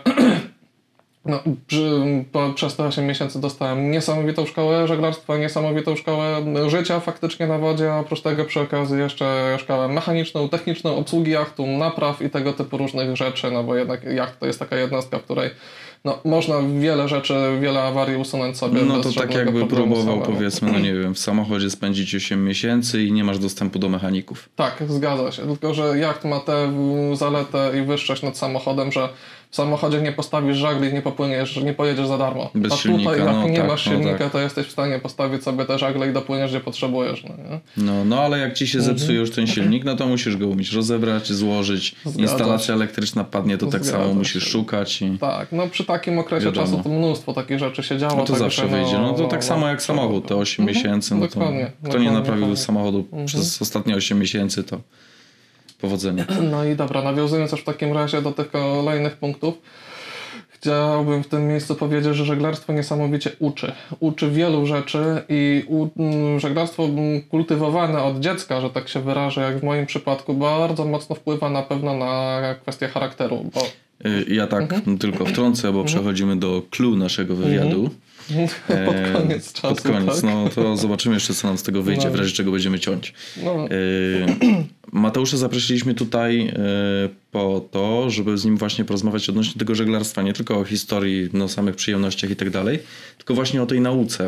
przez te 8 miesięcy dostałem niesamowitą szkołę żeglarstwa, niesamowitą szkołę życia faktycznie na wodzie, a oprócz tego przy okazji jeszcze szkołę mechaniczną, techniczną, obsługi jachtu, napraw i tego typu różnych rzeczy, no bo jednak jacht to jest taka jednostka, w której można wiele rzeczy, wiele awarii usunąć sobie no bez to tak jakby próbował powiedzmy, nie wiem, w samochodzie spędzić 8 miesięcy i nie masz dostępu do mechaników. Tak, zgadza się, tylko że jacht ma tę zaletę i wyższość nad samochodem, że w samochodzie nie postawisz żagli, nie popłyniesz, nie pojedziesz za darmo. Bez a silnika, tutaj jak nie masz silnika, to jesteś w stanie postawić sobie te żagle i dopłyniesz gdzie potrzebujesz. No ale jak ci się zepsuje już ten silnik, no to musisz go umieć rozebrać, złożyć. Instalacja elektryczna padnie, to tak samo musisz szukać. Tak, przy takim okresie czasu to mnóstwo takich rzeczy się działo. No to zawsze wyjdzie. No to tak samo jak samochód, te 8 miesięcy. No to kto nie naprawił samochodu przez ostatnie 8 miesięcy, to powodzenia. No i dobra, nawiązując już w takim razie do tych kolejnych punktów, chciałbym w tym miejscu powiedzieć, że żeglarstwo niesamowicie uczy. Uczy wielu rzeczy i żeglarstwo kultywowane od dziecka, że tak się wyrażę, jak w moim przypadku, bardzo mocno wpływa na pewno na kwestię charakteru. Ja tak tylko wtrącę, bo przechodzimy do clou naszego wywiadu. Pod koniec czasu. Pod koniec, tak? No to zobaczymy jeszcze, co nam z tego wyjdzie, w razie czego będziemy ciąć. Mateusza zaprosiliśmy tutaj po to, żeby z nim właśnie porozmawiać odnośnie tego żeglarstwa, nie tylko o historii, samych przyjemnościach i tak dalej, tylko właśnie o tej nauce.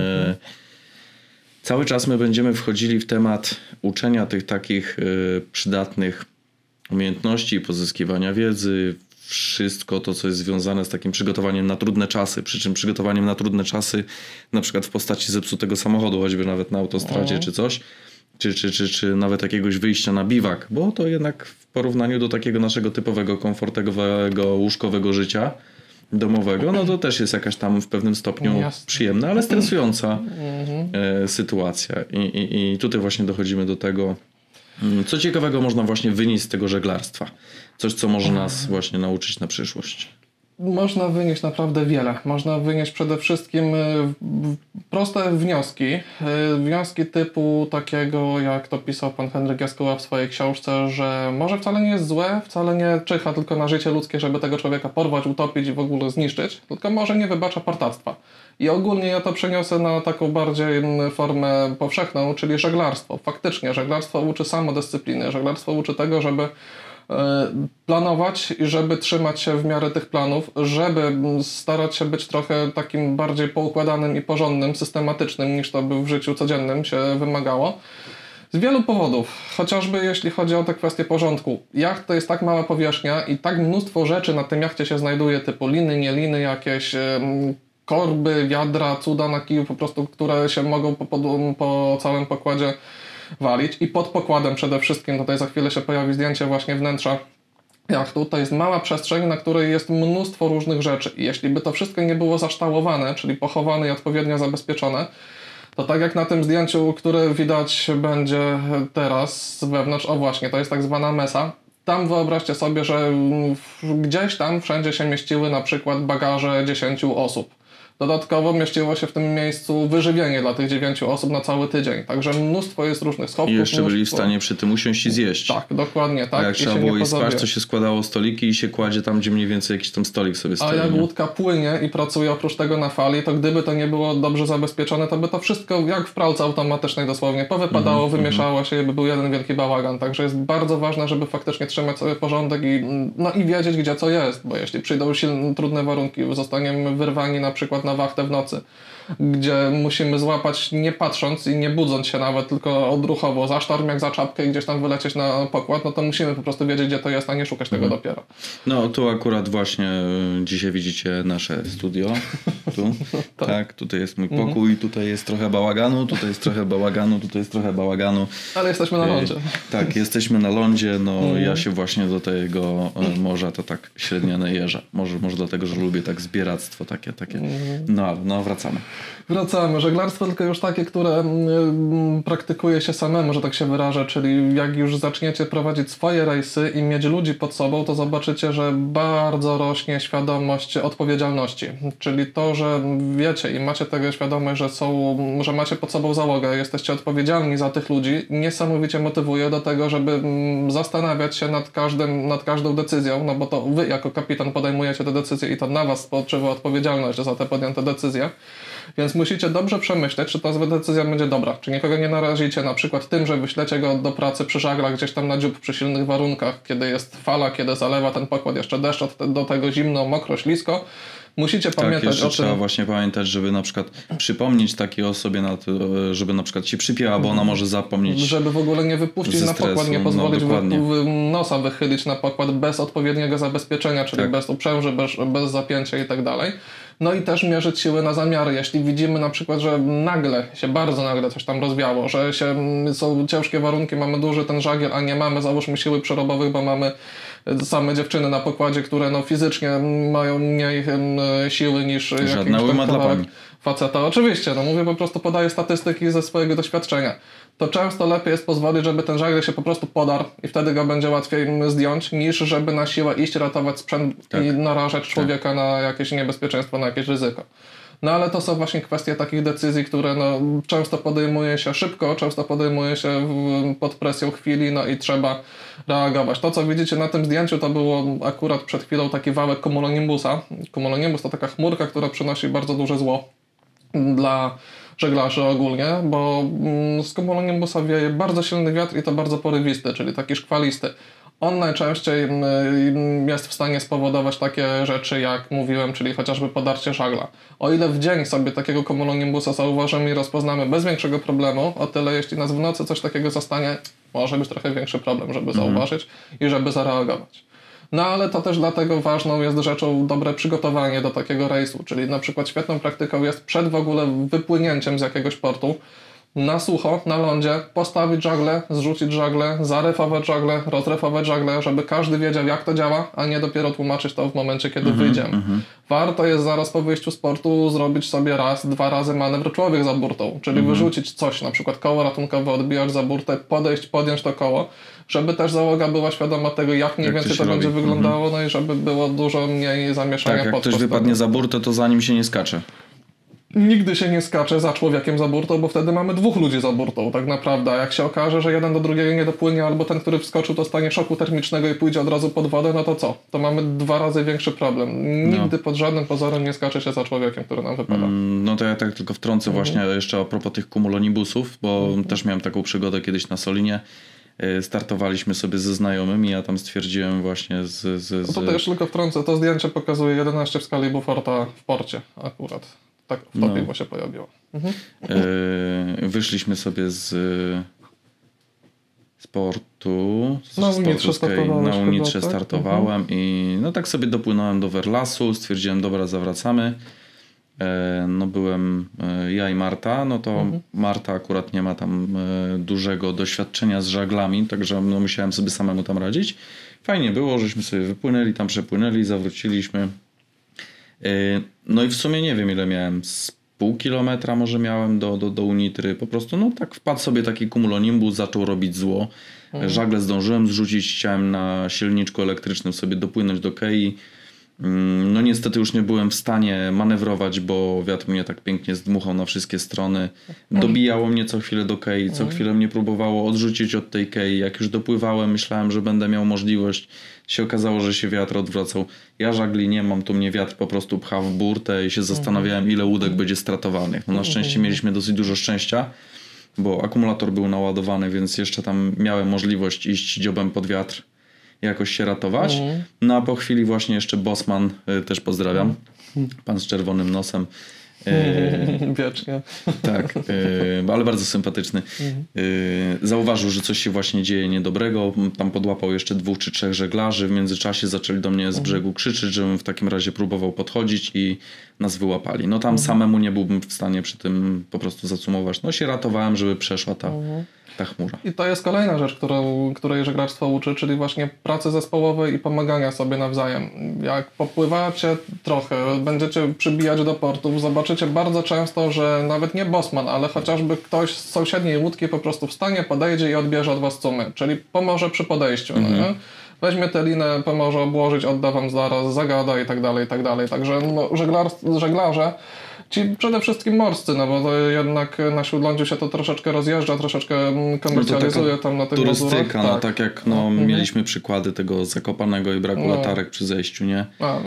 Cały czas my będziemy wchodzili w temat uczenia tych takich przydatnych umiejętności, pozyskiwania wiedzy, wszystko to, co jest związane z takim przygotowaniem na trudne czasy, przy czym przygotowaniem na trudne czasy na przykład w postaci zepsutego samochodu, choćby nawet na autostradzie czy coś, czy nawet jakiegoś wyjścia na biwak, bo to jednak w porównaniu do takiego naszego typowego, komfortowego, łóżkowego życia domowego, no to też jest jakaś tam w pewnym stopniu przyjemna, ale stresująca sytuacja. I tutaj właśnie dochodzimy do tego, co ciekawego można właśnie wynieść z tego żeglarstwa. Coś, co może nas właśnie nauczyć na przyszłość. Można wynieść naprawdę wiele. Można wynieść przede wszystkim proste wnioski. Wnioski typu takiego, jak to pisał pan Henryk Jaskuła w swojej książce, że może wcale nie jest złe, wcale nie czyha tylko na życie ludzkie, żeby tego człowieka porwać, utopić i w ogóle zniszczyć, tylko może nie wybacza partactwa. I ogólnie ja to przeniosę na taką bardziej formę powszechną, czyli żeglarstwo. Faktycznie, żeglarstwo uczy samodyscypliny. Żeglarstwo uczy tego, żeby planować i żeby trzymać się w miarę tych planów, żeby starać się być trochę takim bardziej poukładanym i porządnym, systematycznym niż to by w życiu codziennym się wymagało. Z wielu powodów, chociażby jeśli chodzi o tę kwestię porządku. Jacht to jest tak mała powierzchnia i tak mnóstwo rzeczy na tym jachcie się znajduje, typu liny, nie liny, jakieś korby, wiadra, cuda na kiju po prostu, które się mogą po całym pokładzie walić i pod pokładem przede wszystkim, tutaj za chwilę się pojawi zdjęcie właśnie wnętrza jachtu, to jest mała przestrzeń, na której jest mnóstwo różnych rzeczy i jeśli by to wszystko nie było zaształowane, czyli pochowane i odpowiednio zabezpieczone, To tak jak na tym zdjęciu, które widać będzie teraz z wewnątrz, o właśnie, to jest tak zwana mesa. Tam wyobraźcie sobie, że gdzieś tam wszędzie się mieściły na przykład bagaże 10 osób. Dodatkowo mieściło się w tym miejscu wyżywienie dla tych 9 osób na cały tydzień. Także mnóstwo jest różnych schowków. I jeszcze byli w stanie przy tym usiąść i zjeść. Tak, dokładnie tak. A jak trzeba było iść spać, to się składało stoliki i się kładzie tam, gdzie mniej więcej jakiś tam stolik sobie stoi. A jak łódka płynie i pracuje oprócz tego na fali, to gdyby to nie było dobrze zabezpieczone, to by to wszystko jak w pralce automatycznej dosłownie powypadało, wymieszało się i by był jeden wielki bałagan. Także jest bardzo ważne, żeby faktycznie trzymać sobie porządek i wiedzieć, gdzie co jest. Bo jeśli przyjdą trudne warunki, zostaniemy wyrwani na przykład na wachtę w nocy, gdzie musimy złapać nie patrząc i nie budząc się nawet, tylko odruchowo za sztorm jak za czapkę i gdzieś tam wylecieć na pokład, no to musimy po prostu wiedzieć, gdzie to jest, a nie szukać tego dopiero. No tu akurat właśnie dzisiaj widzicie nasze studio. Tu. Tak, tutaj jest mój pokój, tutaj jest trochę bałaganu, tutaj jest trochę bałaganu, tutaj jest trochę bałaganu. Ale jesteśmy na lądzie. Tak, jesteśmy na lądzie, no ja się właśnie do tego morza to tak średnio najeżdżę. Może dlatego, że lubię tak zbieractwo takie. No wracamy. Wracamy. Żeglarstwo tylko już takie, które praktykuje się samemu, że tak się wyrażę, czyli jak już zaczniecie prowadzić swoje rejsy i mieć ludzi pod sobą, to zobaczycie, że bardzo rośnie świadomość odpowiedzialności. Czyli to, że wiecie i macie tego świadomość, że macie pod sobą załogę, jesteście odpowiedzialni za tych ludzi, niesamowicie motywuje do tego, żeby zastanawiać się nad każdą decyzją, no bo to wy jako kapitan podejmujecie te decyzje i to na was spoczywa odpowiedzialność za te podjęte decyzje. Więc musicie dobrze przemyśleć, czy ta decyzja będzie dobra. Czy nikogo nie narazicie na przykład tym, że wyślecie go do pracy przy żaglach gdzieś tam na dziób przy silnych warunkach, kiedy jest fala, kiedy zalewa ten pokład jeszcze deszcz, do tego zimno, mokro, ślisko. Musicie pamiętać o tym. Trzeba właśnie pamiętać, żeby na przykład przypomnieć takiej osobie na to, żeby na przykład się przypięła, bo ona może zapomnieć. Żeby w ogóle nie wypuścić na pokład, nie pozwolić nosa wychylić na pokład bez odpowiedniego zabezpieczenia, czyli bez uprzęży, bez zapięcia i tak dalej. No i też mierzyć siły na zamiary. Jeśli widzimy na przykład, że bardzo nagle coś tam rozwiało, że są ciężkie warunki, mamy duży ten żagiel, a nie mamy, załóżmy, siły przerobowych, bo mamy same dziewczyny na pokładzie, które fizycznie mają mniej siły niż jakiś tam faceta. Oczywiście, mówię po prostu, podaję statystyki ze swojego doświadczenia. To często lepiej jest pozwolić, żeby ten żagiel się po prostu podarł i wtedy go będzie łatwiej zdjąć, niż żeby na siłę iść, ratować sprzęt i narażać człowieka na jakieś niebezpieczeństwo, na jakieś ryzyko. No ale to są właśnie kwestie takich decyzji, które często podejmuje się szybko, często podejmuje się pod presją chwili, i trzeba reagować. To, co widzicie na tym zdjęciu, to było akurat przed chwilą taki wałek cumulonimbusa. Cumulonimbus to taka chmurka, która przynosi bardzo duże zło dla żeglarzy ogólnie, bo z cumulonimbusa wieje bardzo silny wiatr i to bardzo porywisty, czyli taki szkwalisty. On najczęściej jest w stanie spowodować takie rzeczy, jak mówiłem, czyli chociażby podarcie żagla. O ile w dzień sobie takiego cumulonimbusa zauważymy i rozpoznamy bez większego problemu, o tyle jeśli nas w nocy coś takiego zastanie, może być trochę większy problem, żeby zauważyć i żeby zareagować. No ale to też dlatego ważną jest rzeczą dobre przygotowanie do takiego rejsu, czyli na przykład świetną praktyką jest przed w ogóle wypłynięciem z jakiegoś portu, na sucho, na lądzie, postawić żagle, zrzucić żagle, zarefować żagle, rozrefować żagle, żeby każdy wiedział, jak to działa, a nie dopiero tłumaczyć to w momencie, kiedy wyjdziemy. Warto jest zaraz po wyjściu z portu zrobić sobie raz, 2 razy manewr człowiek za burtą, czyli wyrzucić coś, na przykład koło ratunkowe, odbijać za burtę, podjąć to koło, żeby też załoga była świadoma tego, jak mniej więcej to będzie wyglądało, i żeby było dużo mniej zamieszania podczas. Jak ktoś wypadnie za burtę, to za nim się nie skacze. Nigdy się nie skacze za człowiekiem za burtą, bo wtedy mamy 2 ludzi za burtą, tak naprawdę. A jak się okaże, że jeden do drugiego nie dopłynie, albo ten, który wskoczył, to stanie szoku termicznego i pójdzie od razu pod wodę, no to co? To mamy 2 razy większy problem. Nigdy pod żadnym pozorem nie skacze się za człowiekiem, który nam wypada. No to ja tak tylko wtrącę właśnie jeszcze a propos tych cumulonibusów, bo też miałem taką przygodę kiedyś na Solinie. Startowaliśmy sobie ze znajomymi, ja tam stwierdziłem właśnie No to też tylko wtrącę, to zdjęcie pokazuje 11 w skali Beauforta w porcie akurat. Tak w topie, bo się pojawiło. Wyszliśmy sobie z portu. Na Unitrze startowałem i tak sobie dopłynąłem do Werlasu, stwierdziłem, dobra, zawracamy. Byłem ja i Marta, to Marta akurat nie ma tam dużego doświadczenia z żaglami, także musiałem sobie samemu tam radzić. Fajnie było, żeśmy sobie wypłynęli, tam przepłynęli, zawróciliśmy. No i w sumie nie wiem ile miałem, pół kilometra może miałem do Unitry. Po prostu no tak wpadł sobie taki cumulonimbus, zaczął robić zło. Żagle zdążyłem zrzucić, chciałem na silniczku elektrycznym sobie dopłynąć do kei. No niestety już nie byłem w stanie manewrować, bo wiatr mnie tak pięknie zdmuchał na wszystkie strony. Dobijało mnie co chwilę do kei, co chwilę mnie próbowało odrzucić od tej kei. Jak już dopływałem, myślałem, że będę miał możliwość. Się okazało, że się wiatr odwracał. Ja żagli nie mam, tu mnie wiatr po prostu pcha w burtę i się zastanawiałem, ile łódek będzie stratowanych. No na szczęście mieliśmy dosyć dużo szczęścia, bo akumulator był naładowany, więc jeszcze tam miałem możliwość iść dziobem pod wiatr, jakoś się ratować. No a po chwili właśnie jeszcze Bosman, też pozdrawiam, pan z czerwonym nosem. Wiecznie. Tak, ale bardzo sympatyczny. Zauważył, że coś się właśnie dzieje niedobrego. Tam podłapał jeszcze 2 czy 3 żeglarzy. W międzyczasie zaczęli do mnie z brzegu krzyczeć, żebym w takim razie próbował podchodzić i nas wyłapali. No tam samemu nie byłbym w stanie przy tym po prostu zacumować. No się ratowałem, żeby przeszła ta chmura. I to jest kolejna rzecz, której żeglarstwo uczy, czyli właśnie pracy zespołowej i pomagania sobie nawzajem. Jak popływacie trochę, będziecie przybijać do portów, zobaczycie bardzo często, że nawet nie bosman, ale chociażby ktoś z sąsiedniej łódki po prostu wstanie, podejdzie i odbierze od was cumy, czyli pomoże przy podejściu. No nie? Weźmie tę linę, pomoże obłożyć, odda wam zaraz, zagada i tak dalej, i tak dalej. Także no, żeglarze, ci przede wszystkim morscy, no bo to jednak na Śródlądziu się to troszeczkę rozjeżdża, troszeczkę komercjalizuje tam na tych turystyka, no tak jak mieliśmy przykłady tego Zakopanego i braku latarek przy zejściu, nie?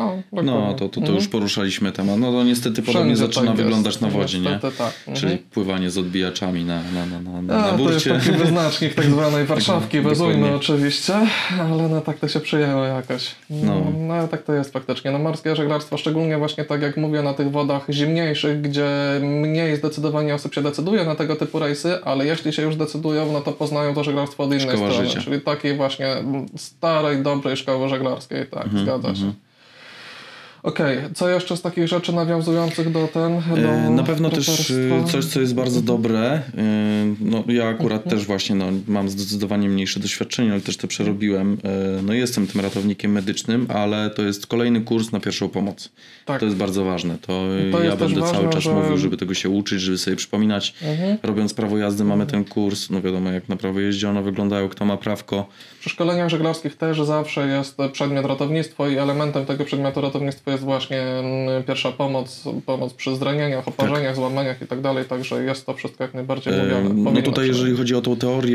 To już poruszaliśmy temat. No to niestety podobnie zaczyna wyglądać na wodzie, niestety, nie? Tak. Czyli pływanie z odbijaczami na burcie. To jest taki wyznacznik tak zwanej Warszawki, Bezujmy oczywiście, ale no tak to się przyjęło jakoś. No tak to jest faktycznie. No morskie żeglarstwo, szczególnie właśnie tak jak mówię, na tych wodach zimniejszych, gdzie mniej zdecydowanie osób się decyduje na tego typu rejsy, ale jeśli się już decydują, no to poznają to żeglarstwo od innej strony. Życia. Czyli takiej właśnie starej, dobrej szkoły żeglarskiej. Tak, zgadza się. Okej, co jeszcze z takich rzeczy nawiązujących do na pewno też coś, co jest bardzo dobre. No, ja akurat też właśnie mam zdecydowanie mniejsze doświadczenie, ale też to przerobiłem. No, jestem tym ratownikiem medycznym, ale to jest kolejny kurs na pierwszą pomoc. Tak. To jest bardzo ważne. To ja będę cały czas mówił, żeby tego się uczyć, żeby sobie przypominać. Robiąc prawo jazdy mamy ten kurs. No wiadomo, jak na prawo jeździono wyglądają, kto ma prawko. Przy szkoleniach żeglarskich też zawsze jest przedmiot ratownictwo i elementem tego przedmiotu ratownictwa jest właśnie pierwsza pomoc przy zranieniach, oparzeniach, złamaniach i tak dalej, także jest to wszystko jak najbardziej mówione. No tutaj jeżeli chodzi o tą teorię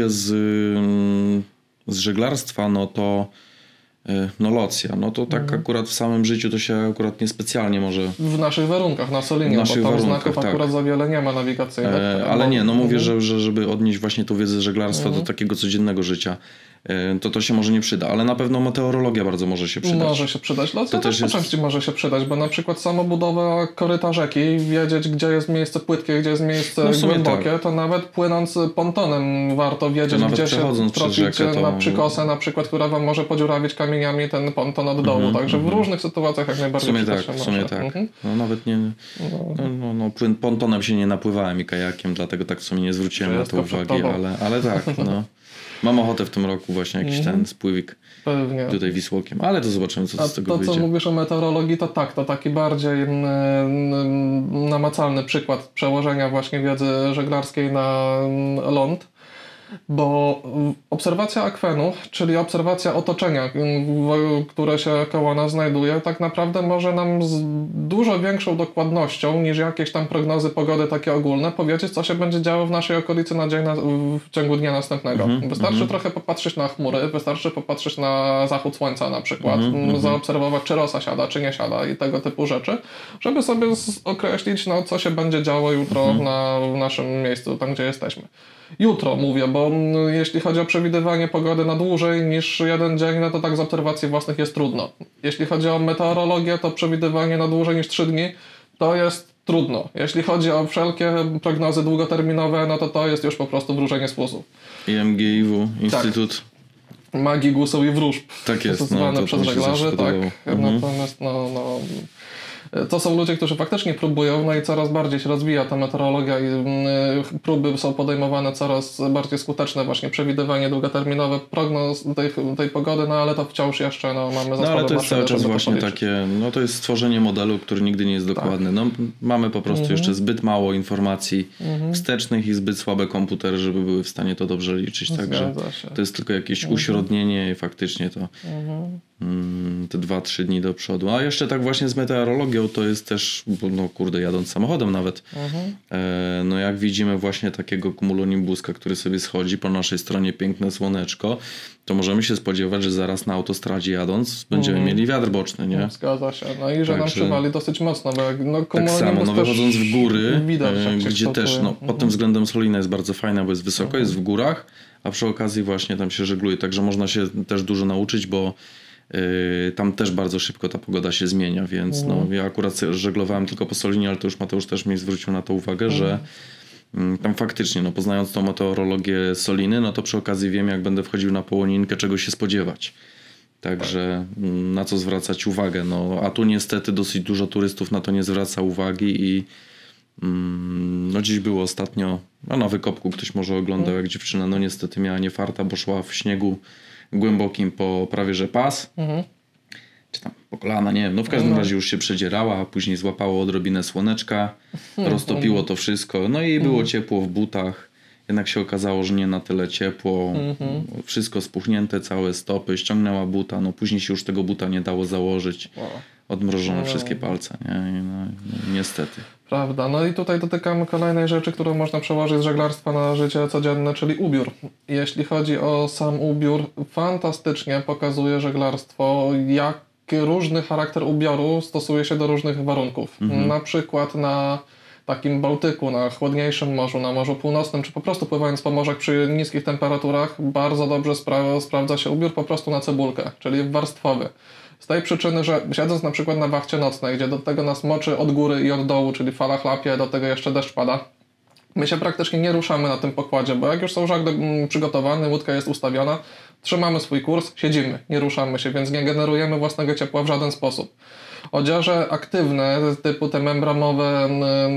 z żeglarstwa, no to locja, no to tak akurat w samym życiu to się akurat niespecjalnie może... W naszych warunkach, na Solinie, bo tam znaków akurat za wiele nie ma nawigacyjnych. Ale nie, no mówię, że żeby odnieść właśnie tą wiedzę z żeglarstwa do takiego codziennego życia, to się może nie przyda, ale na pewno meteorologia bardzo może się przydać. Może się przydać, locja też po części może się przydać, bo na przykład samobudowa koryta rzeki, wiedzieć gdzie jest miejsce płytkie, gdzie jest miejsce głębokie, to nawet płynąc pontonem warto wiedzieć, gdzie się tropić na przykosę na przykład, która wam może podziurawić kamieniami ten ponton od dołu, także w różnych sytuacjach jak najbardziej w sumie tak. No nawet nie, pontonem się nie napływałem i kajakiem, dlatego tak w sumie nie zwróciłem na to uwagi, ale tak, no. Mam ochotę w tym roku właśnie jakiś ten spływik tutaj Wisłokiem, ale to zobaczymy, co z tego wyjdzie. A to, co mówisz o meteorologii, to tak, to taki bardziej namacalny przykład przełożenia właśnie wiedzy żeglarskiej na ląd, bo obserwacja akwenu, czyli obserwacja otoczenia, które się koło nas znajduje, tak naprawdę może nam z dużo większą dokładnością niż jakieś tam prognozy pogody takie ogólne powiedzieć, co się będzie działo w naszej okolicy na dzień w ciągu dnia następnego. Wystarczy trochę popatrzeć na chmury, wystarczy popatrzeć na zachód słońca na przykład, zaobserwować, czy rosa siada, czy nie siada i tego typu rzeczy, żeby sobie określić, co się będzie działo jutro w naszym miejscu, tam gdzie jesteśmy. Jutro mówię, bo jeśli chodzi o przewidywanie pogody na dłużej niż jeden dzień, no to tak z obserwacji własnych jest trudno. Jeśli chodzi o meteorologię, to przewidywanie na dłużej niż 3 dni to jest trudno. Jeśli chodzi o wszelkie prognozy długoterminowe, no to jest już po prostu wróżenie z fusów. IMGIW, Instytut Magii, Gusów i Wróżb. Tak jest. Zwane przez żeglarzy, tak. Natomiast To są ludzie, którzy faktycznie próbują, no i coraz bardziej się rozwija ta meteorologia i próby są podejmowane coraz bardziej skuteczne, właśnie przewidywanie długoterminowe prognoz tej pogody, no ale to wciąż jeszcze mamy No ale to jest cały czas właśnie policzyć. takie, no to jest stworzenie modelu, który nigdy nie jest dokładny. No mamy po prostu jeszcze zbyt mało informacji wstecznych i zbyt słabe komputery, żeby były w stanie to dobrze liczyć, także to jest tylko jakieś uśrednienie i faktycznie to te 2-3 dni do przodu. A jeszcze tak właśnie z meteorologią to jest też, no kurde, jadąc samochodem nawet, no jak widzimy właśnie takiego cumulonimbuska, który sobie schodzi po naszej stronie, piękne słoneczko, to możemy się spodziewać, że zaraz na autostradzie jadąc będziemy mieli wiatr boczny, nie? Zgadza się. No i że nam przywali dosyć mocno, bo jak tak samo, no wychodząc w góry, widać, gdzie też pod tym względem Solina jest bardzo fajna, bo jest wysoko, jest w górach, a przy okazji właśnie tam się żegluje, także można się też dużo nauczyć, bo tam też bardzo szybko ta pogoda się zmienia, więc no, ja akurat żeglowałem tylko po Solinie, ale to już Mateusz też mi zwrócił na to uwagę, że tam faktycznie, no poznając tą meteorologię Soliny, no to przy okazji wiem, jak będę wchodził na Połoninkę, czego się spodziewać. Także na co zwracać uwagę. No, a tu niestety dosyć dużo turystów na to nie zwraca uwagi i no dziś było ostatnio, no na wykopku ktoś może oglądał, jak dziewczyna no niestety miała nie farta, bo szła w śniegu głębokim po prawie że pas. Czy tam po kolana, nie wiem. No w każdym razie już się przedzierała, a później złapało odrobinę słoneczka, roztopiło to wszystko. No i było ciepło w butach. Jednak się okazało, że nie na tyle ciepło. Wszystko spuchnięte, całe stopy. Ściągnęła buta. No później się już tego buta nie dało założyć. Odmrożone wszystkie palce. Nie? No, niestety. Prawda. No i tutaj dotykamy kolejnej rzeczy, którą można przełożyć z żeglarstwa na życie codzienne, czyli ubiór. Jeśli chodzi o sam ubiór, fantastycznie pokazuje żeglarstwo, jak różny charakter ubioru stosuje się do różnych warunków. Na przykład na takim Bałtyku, na chłodniejszym morzu, na Morzu Północnym, czy po prostu pływając po morzach przy niskich temperaturach, bardzo dobrze sprawdza się ubiór po prostu na cebulkę, czyli warstwowy. Z tej przyczyny, że siedząc na przykład na wachcie nocnej, gdzie do tego nas moczy od góry i od dołu, czyli fala chlapie, do tego jeszcze deszcz pada, my się praktycznie nie ruszamy na tym pokładzie, bo jak już są żagle przygotowane, łódka jest ustawiona, trzymamy swój kurs, siedzimy, nie ruszamy się, więc nie generujemy własnego ciepła w żaden sposób. Odzieże aktywne, typu te membramowe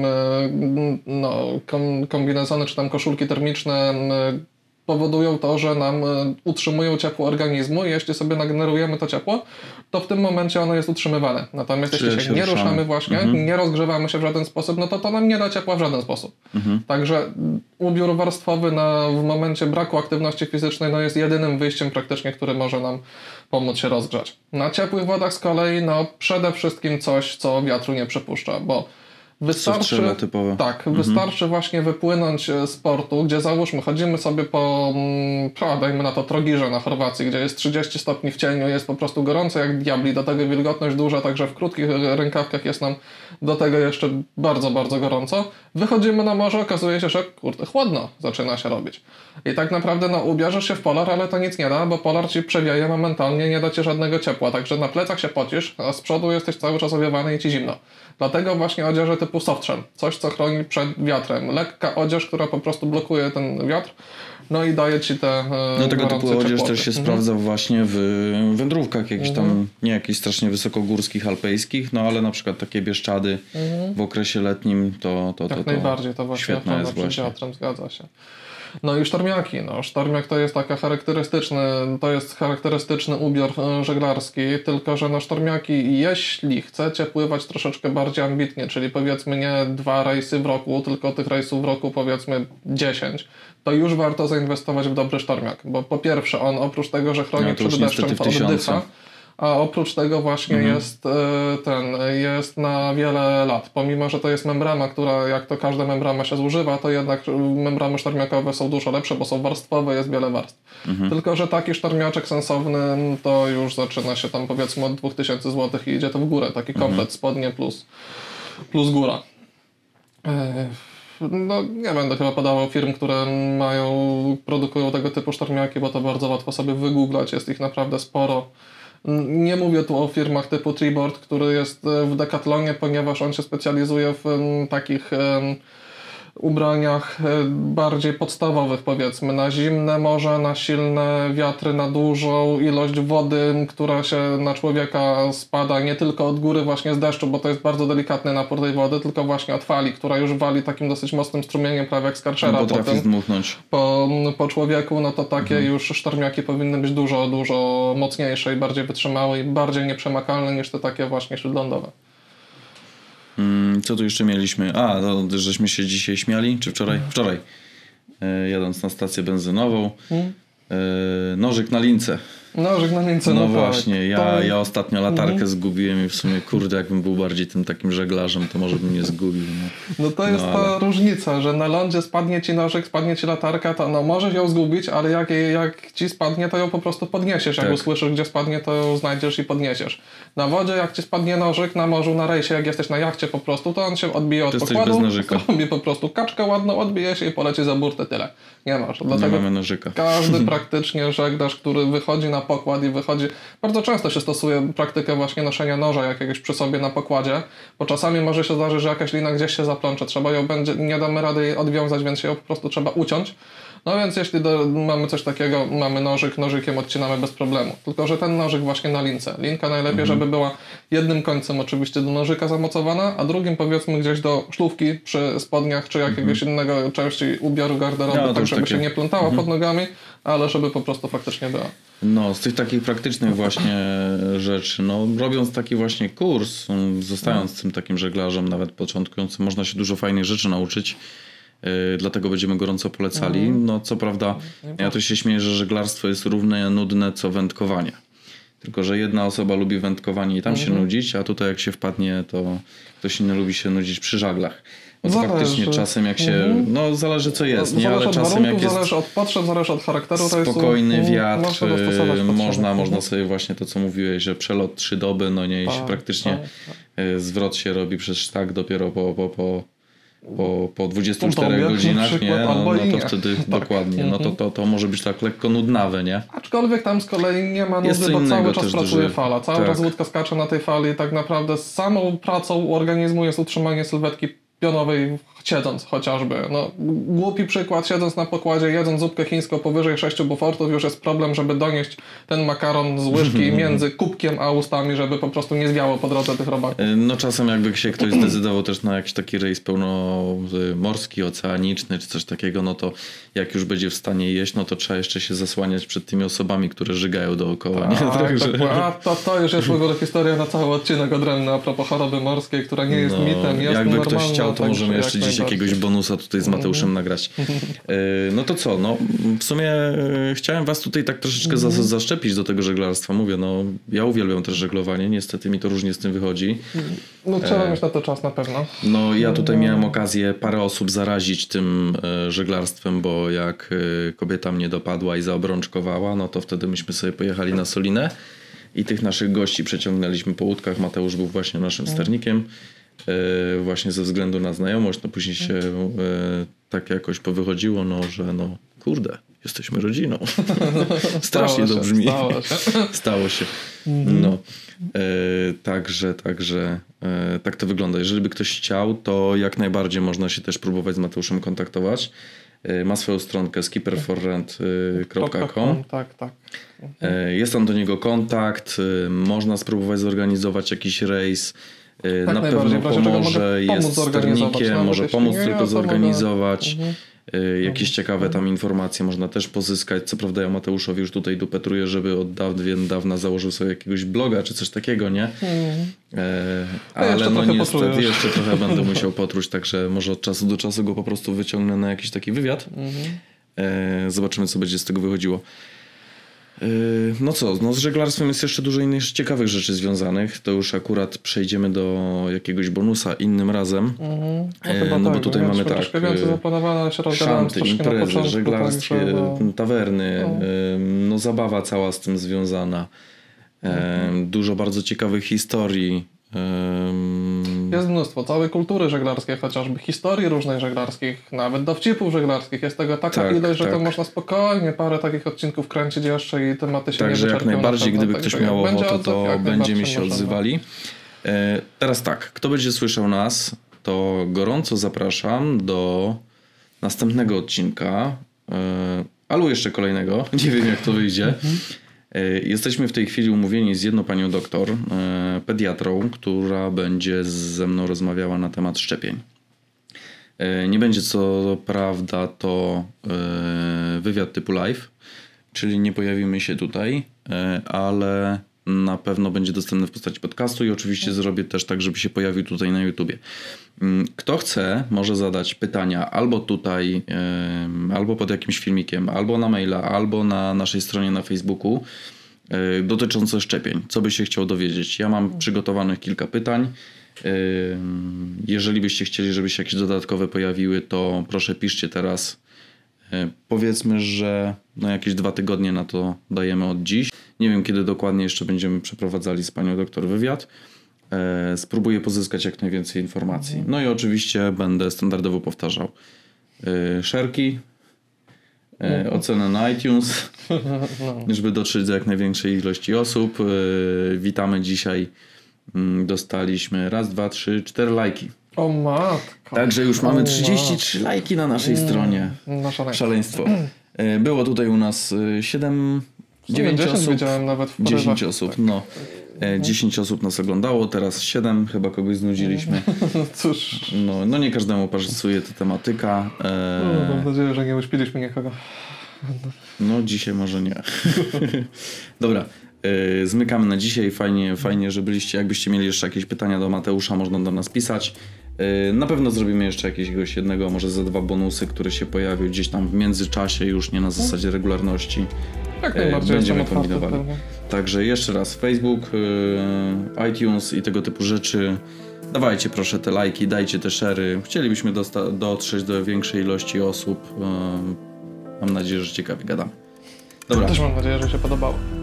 kombinezony czy tam koszulki termiczne powodują to, że nam utrzymują ciepło organizmu i jeśli sobie nagenerujemy to ciepło, to w tym momencie ono jest utrzymywane. Natomiast jeśli się nie ruszamy właśnie, nie rozgrzewamy się w żaden sposób, no to nam nie da ciepła w żaden sposób. Także ubiór warstwowy w momencie braku aktywności fizycznej jest jedynym wyjściem praktycznie, które może nam pomóc się rozgrzać. Na ciepłych wodach z kolei przede wszystkim coś, co wiatru nie przepuszcza, bo wystarczy, wystarczy właśnie wypłynąć z portu, gdzie załóżmy, chodzimy sobie dajmy na to Trogirze na Chorwacji, gdzie jest 30 stopni w cieniu, jest po prostu gorąco jak diabli, do tego wilgotność duża, także w krótkich rękawkach jest nam do tego jeszcze bardzo, bardzo gorąco. Wychodzimy na morze, okazuje się, że chłodno zaczyna się robić. I tak naprawdę ubierzesz się w polar, ale to nic nie da, bo polar ci przewieje momentalnie, nie da ci żadnego ciepła, także na plecach się pocisz, a z przodu jesteś cały czas owiewany i ci zimno. Dlatego właśnie odzieże typu softshell, coś co chroni przed wiatrem. Lekka odzież, która po prostu blokuje ten wiatr, no i daje ci te no tego typu odzież też się sprawdza właśnie w wędrówkach jakichś tam, nie jakichś strasznie wysokogórskich, alpejskich, no ale na przykład takie Bieszczady w okresie letnim to najbardziej to właśnie świetne jest właśnie. Wiatrem, zgadza się. No i sztormiaki. Sztormiak to jest charakterystyczny ubiór żeglarski, tylko że sztormiaki, jeśli chcecie pływać troszeczkę bardziej ambitnie, czyli powiedzmy nie 2 rejsy w roku, tylko tych rejsów w roku powiedzmy 10, to już warto zainwestować w dobry sztormiak, bo po pierwsze on oprócz tego, że chroni przed deszczem, to oddycha, a oprócz tego właśnie jest na wiele lat. Pomimo, że to jest membrana, która jak to każda membrana się zużywa, to jednak membrany sztormiakowe są dużo lepsze, bo są warstwowe, jest wiele warstw. Tylko że taki sztormiaczek sensowny to już zaczyna się tam powiedzmy od 2000 zł i idzie to w górę. Taki komplet spodnie plus góra. No nie będę chyba podawał firm, które produkują tego typu sztormiaki, bo to bardzo łatwo sobie wygooglać, jest ich naprawdę sporo. Nie mówię tu o firmach typu Treeboard, który jest w Decathlonie, ponieważ on się specjalizuje w takich ubraniach bardziej podstawowych, powiedzmy, na zimne morze, na silne wiatry, na dużą ilość wody, która się na człowieka spada nie tylko od góry właśnie z deszczu, bo to jest bardzo delikatny napór tej wody, tylko właśnie od fali, która już wali takim dosyć mocnym strumieniem, prawie jak z Karszera. Potrafi zdmuchnąć. Po człowieku, no to takie już sztormiaki powinny być dużo, dużo mocniejsze i bardziej wytrzymałe i bardziej nieprzemakalne niż te takie właśnie śródlądowe. Co tu jeszcze mieliśmy? To żeśmy się dzisiaj śmiali, czy wczoraj? Wczoraj. Jadąc na stację benzynową. Nożyk na lince. Nożyk na lince, no tak. właśnie, ja ostatnio latarkę zgubiłem i w sumie kurde, jakbym był bardziej tym takim żeglarzem, to może bym nie zgubił. No to jest ta różnica, że na lądzie spadnie ci nożyk, spadnie ci latarka, to no możesz ją zgubić, ale jak ci spadnie, to ją po prostu podniesiesz. Jak usłyszysz, gdzie spadnie, to ją znajdziesz i podniesiesz. Na wodzie, jak ci spadnie nożyk, na morzu, na rejsie, jak jesteś na jachcie po prostu, to on się odbije od pokładu, robi po prostu kaczkę ładną, odbije się i poleci za burtę, tyle. Nie masz. Dlatego nie mamy nożyka. Każdy praktycznie żeglarz, który wychodzi na pokład i wychodzi... Bardzo często się stosuje praktykę właśnie noszenia noża jakiegoś przy sobie na pokładzie, bo czasami może się zdarzyć, że jakaś lina gdzieś się zaplącze, nie damy rady jej odwiązać, więc się ją po prostu trzeba uciąć. No więc jeśli mamy coś takiego, mamy nożyk, nożykiem odcinamy bez problemu. Tylko że ten nożyk właśnie na lince. Linka najlepiej, żeby była jednym końcem oczywiście do nożyka zamocowana, a drugim powiedzmy gdzieś do szlówki przy spodniach czy jakiegoś innego części ubioru garderoby, tak żeby się nie plątała pod nogami, ale żeby po prostu faktycznie była. No, z tych takich praktycznych właśnie rzeczy, no robiąc taki właśnie kurs, zostając tym takim żeglarzem, nawet początkującym, można się dużo fajnych rzeczy nauczyć. Dlatego będziemy gorąco polecali. No co prawda, ja to się śmieję, że żeglarstwo jest równie nudne co wędkowanie. Tylko że jedna osoba lubi wędkowanie i tam się nudzić, a tutaj jak się wpadnie, to ktoś inny lubi się nudzić przy żaglach. Bo faktycznie czasem jak się... No zależy co jest, nie? Ale czasem jak jest... Zależy od potrzeb, zależy od charakteru spokojny wiatr, można sobie właśnie to co mówiłeś, że przelot 3 doby, no nie, i się praktycznie zwrot się robi przez sztak dopiero po 24 godzinach, nie? No to wtedy dokładnie, no to może być tak lekko nudnawe, nie? Aczkolwiek tam z kolei nie ma nudy, bo cały czas pracuje fala, cały czas łódka skacze na tej fali i tak naprawdę z samą pracą organizmu jest utrzymanie sylwetki pionowej siedząc chociażby. No, głupi przykład, siedząc na pokładzie, jedząc zupkę chińską powyżej 6 bufortów, już jest problem, żeby donieść ten makaron z łyżki między kubkiem a ustami, żeby po prostu nie zwiało po drodze tych robaków. No czasem jakby się ktoś zdecydował też na jakiś taki rejs pełnomorski, oceaniczny czy coś takiego, no to jak już będzie w stanie jeść, no to trzeba jeszcze się zasłaniać przed tymi osobami, które żygają dookoła. Nie? To już jest w ogóle historia na cały odcinek odrębny a propos choroby morskiej, która nie jest mitem, jest jakby normalna. Ktoś chciał, to możemy jeszcze gdzieś jakiegoś bonusa tutaj z Mateuszem nagrać. No to co? No, w sumie chciałem was tutaj tak troszeczkę zaszczepić do tego żeglarstwa. Mówię, no ja uwielbiam też żeglowanie. Niestety mi to różnie z tym wychodzi. No trzeba mieć na to czas na pewno. No ja tutaj miałem okazję parę osób zarazić tym żeglarstwem, bo jak kobieta mnie dopadła i zaobrączkowała, no to wtedy myśmy sobie pojechali na Solinę i tych naszych gości przeciągnęliśmy po łódkach. Mateusz był właśnie naszym sternikiem. Właśnie ze względu na znajomość, no później się tak jakoś powychodziło, no że no kurde, jesteśmy rodziną. Strasznie to brzmi. Stało się. No. Także tak to wygląda. Jeżeli by ktoś chciał, to jak najbardziej można się też próbować z Mateuszem kontaktować. Ma swoją stronkę skipperforrent.com. Tak. Jest tam do niego kontakt, można spróbować zorganizować jakiś rejs. Tak, na pewno pomoże, jest sternikiem, może pomóc tylko zorganizować. Jakieś ciekawe tam informacje można też pozyskać. Co prawda ja Mateuszowi już tutaj dupetruję, żeby od dawna założył sobie jakiegoś bloga czy coś takiego, nie? Ale no niestety jeszcze trochę będę musiał potruć, także może od czasu do czasu go po prostu wyciągnę na jakiś taki wywiad. Zobaczymy, co będzie z tego wychodziło. No co, no z żeglarstwem jest jeszcze dużo innych ciekawych rzeczy związanych. To już akurat przejdziemy do jakiegoś bonusa innym razem. No bo tutaj mamy tak szanty, imprezy, żeglarskie, tawerny, no zabawa cała z tym związana. Dużo bardzo ciekawych historii. Jest mnóstwo całej kultury żeglarskiej, chociażby historii różnych żeglarskich, nawet dowcipów żeglarskich. Jest tego taka ilość, że to można spokojnie parę takich odcinków kręcić jeszcze i tematy się nie wyczerpią. Także jak najbardziej, gdyby ktoś miał ochotę, to będziemy się odzywali. Teraz tak, kto będzie słyszał nas, to gorąco zapraszam do następnego odcinka, albo jeszcze kolejnego, nie wiem jak to wyjdzie. Jesteśmy w tej chwili umówieni z jedną panią doktor, pediatrą, która będzie ze mną rozmawiała na temat szczepień. Nie będzie co prawda to wywiad typu live, czyli nie pojawimy się tutaj, ale na pewno będzie dostępny w postaci podcastu i oczywiście zrobię też tak, żeby się pojawił tutaj na YouTubie. Kto chce, może zadać pytania albo tutaj, albo pod jakimś filmikiem, albo na maila, albo na naszej stronie na Facebooku dotyczące szczepień. Co by się chciał dowiedzieć? Ja mam przygotowanych kilka pytań. Jeżeli byście chcieli, żeby się jakieś dodatkowe pojawiły, to proszę piszcie teraz. Powiedzmy, że jakieś 2 tygodnie na to dajemy od dziś. Nie wiem, kiedy dokładnie jeszcze będziemy przeprowadzali z panią doktor wywiad. Spróbuję pozyskać jak najwięcej informacji. No i oczywiście będę standardowo powtarzał. Szerki, ocenę na iTunes, żeby dotrzeć do jak największej ilości osób. Witamy dzisiaj. Dostaliśmy 1, 2, 3, 4 lajki. O matko. Także już mamy 33 lajki na naszej stronie. Szaleństwo. Było tutaj u nas 9 osób. Widziałem nawet w 10 osób, tak. 10 osób nas oglądało, teraz 7, chyba kogoś znudziliśmy. Cóż. No nie każdemu pasuje ta tematyka. Mam nadzieję, że nie uśpiliśmy nikogo. No dzisiaj może nie. Dobra. Zmykamy na dzisiaj. Fajnie, że byliście. Jakbyście mieli jeszcze jakieś pytania do Mateusza, można do nas pisać. Na pewno zrobimy jeszcze jakiegoś jednego, może ze 2 bonusy, które się pojawią gdzieś tam w międzyczasie, już nie na zasadzie regularności. Jak najbardziej będziemy kombinowali. Także jeszcze raz Facebook, iTunes i tego typu rzeczy. Dawajcie proszę te lajki, dajcie te share'y. Chcielibyśmy dotrzeć do większej ilości osób. Mam nadzieję, że ciekawie gadam. Dobra. Też mam nadzieję, że się podobało.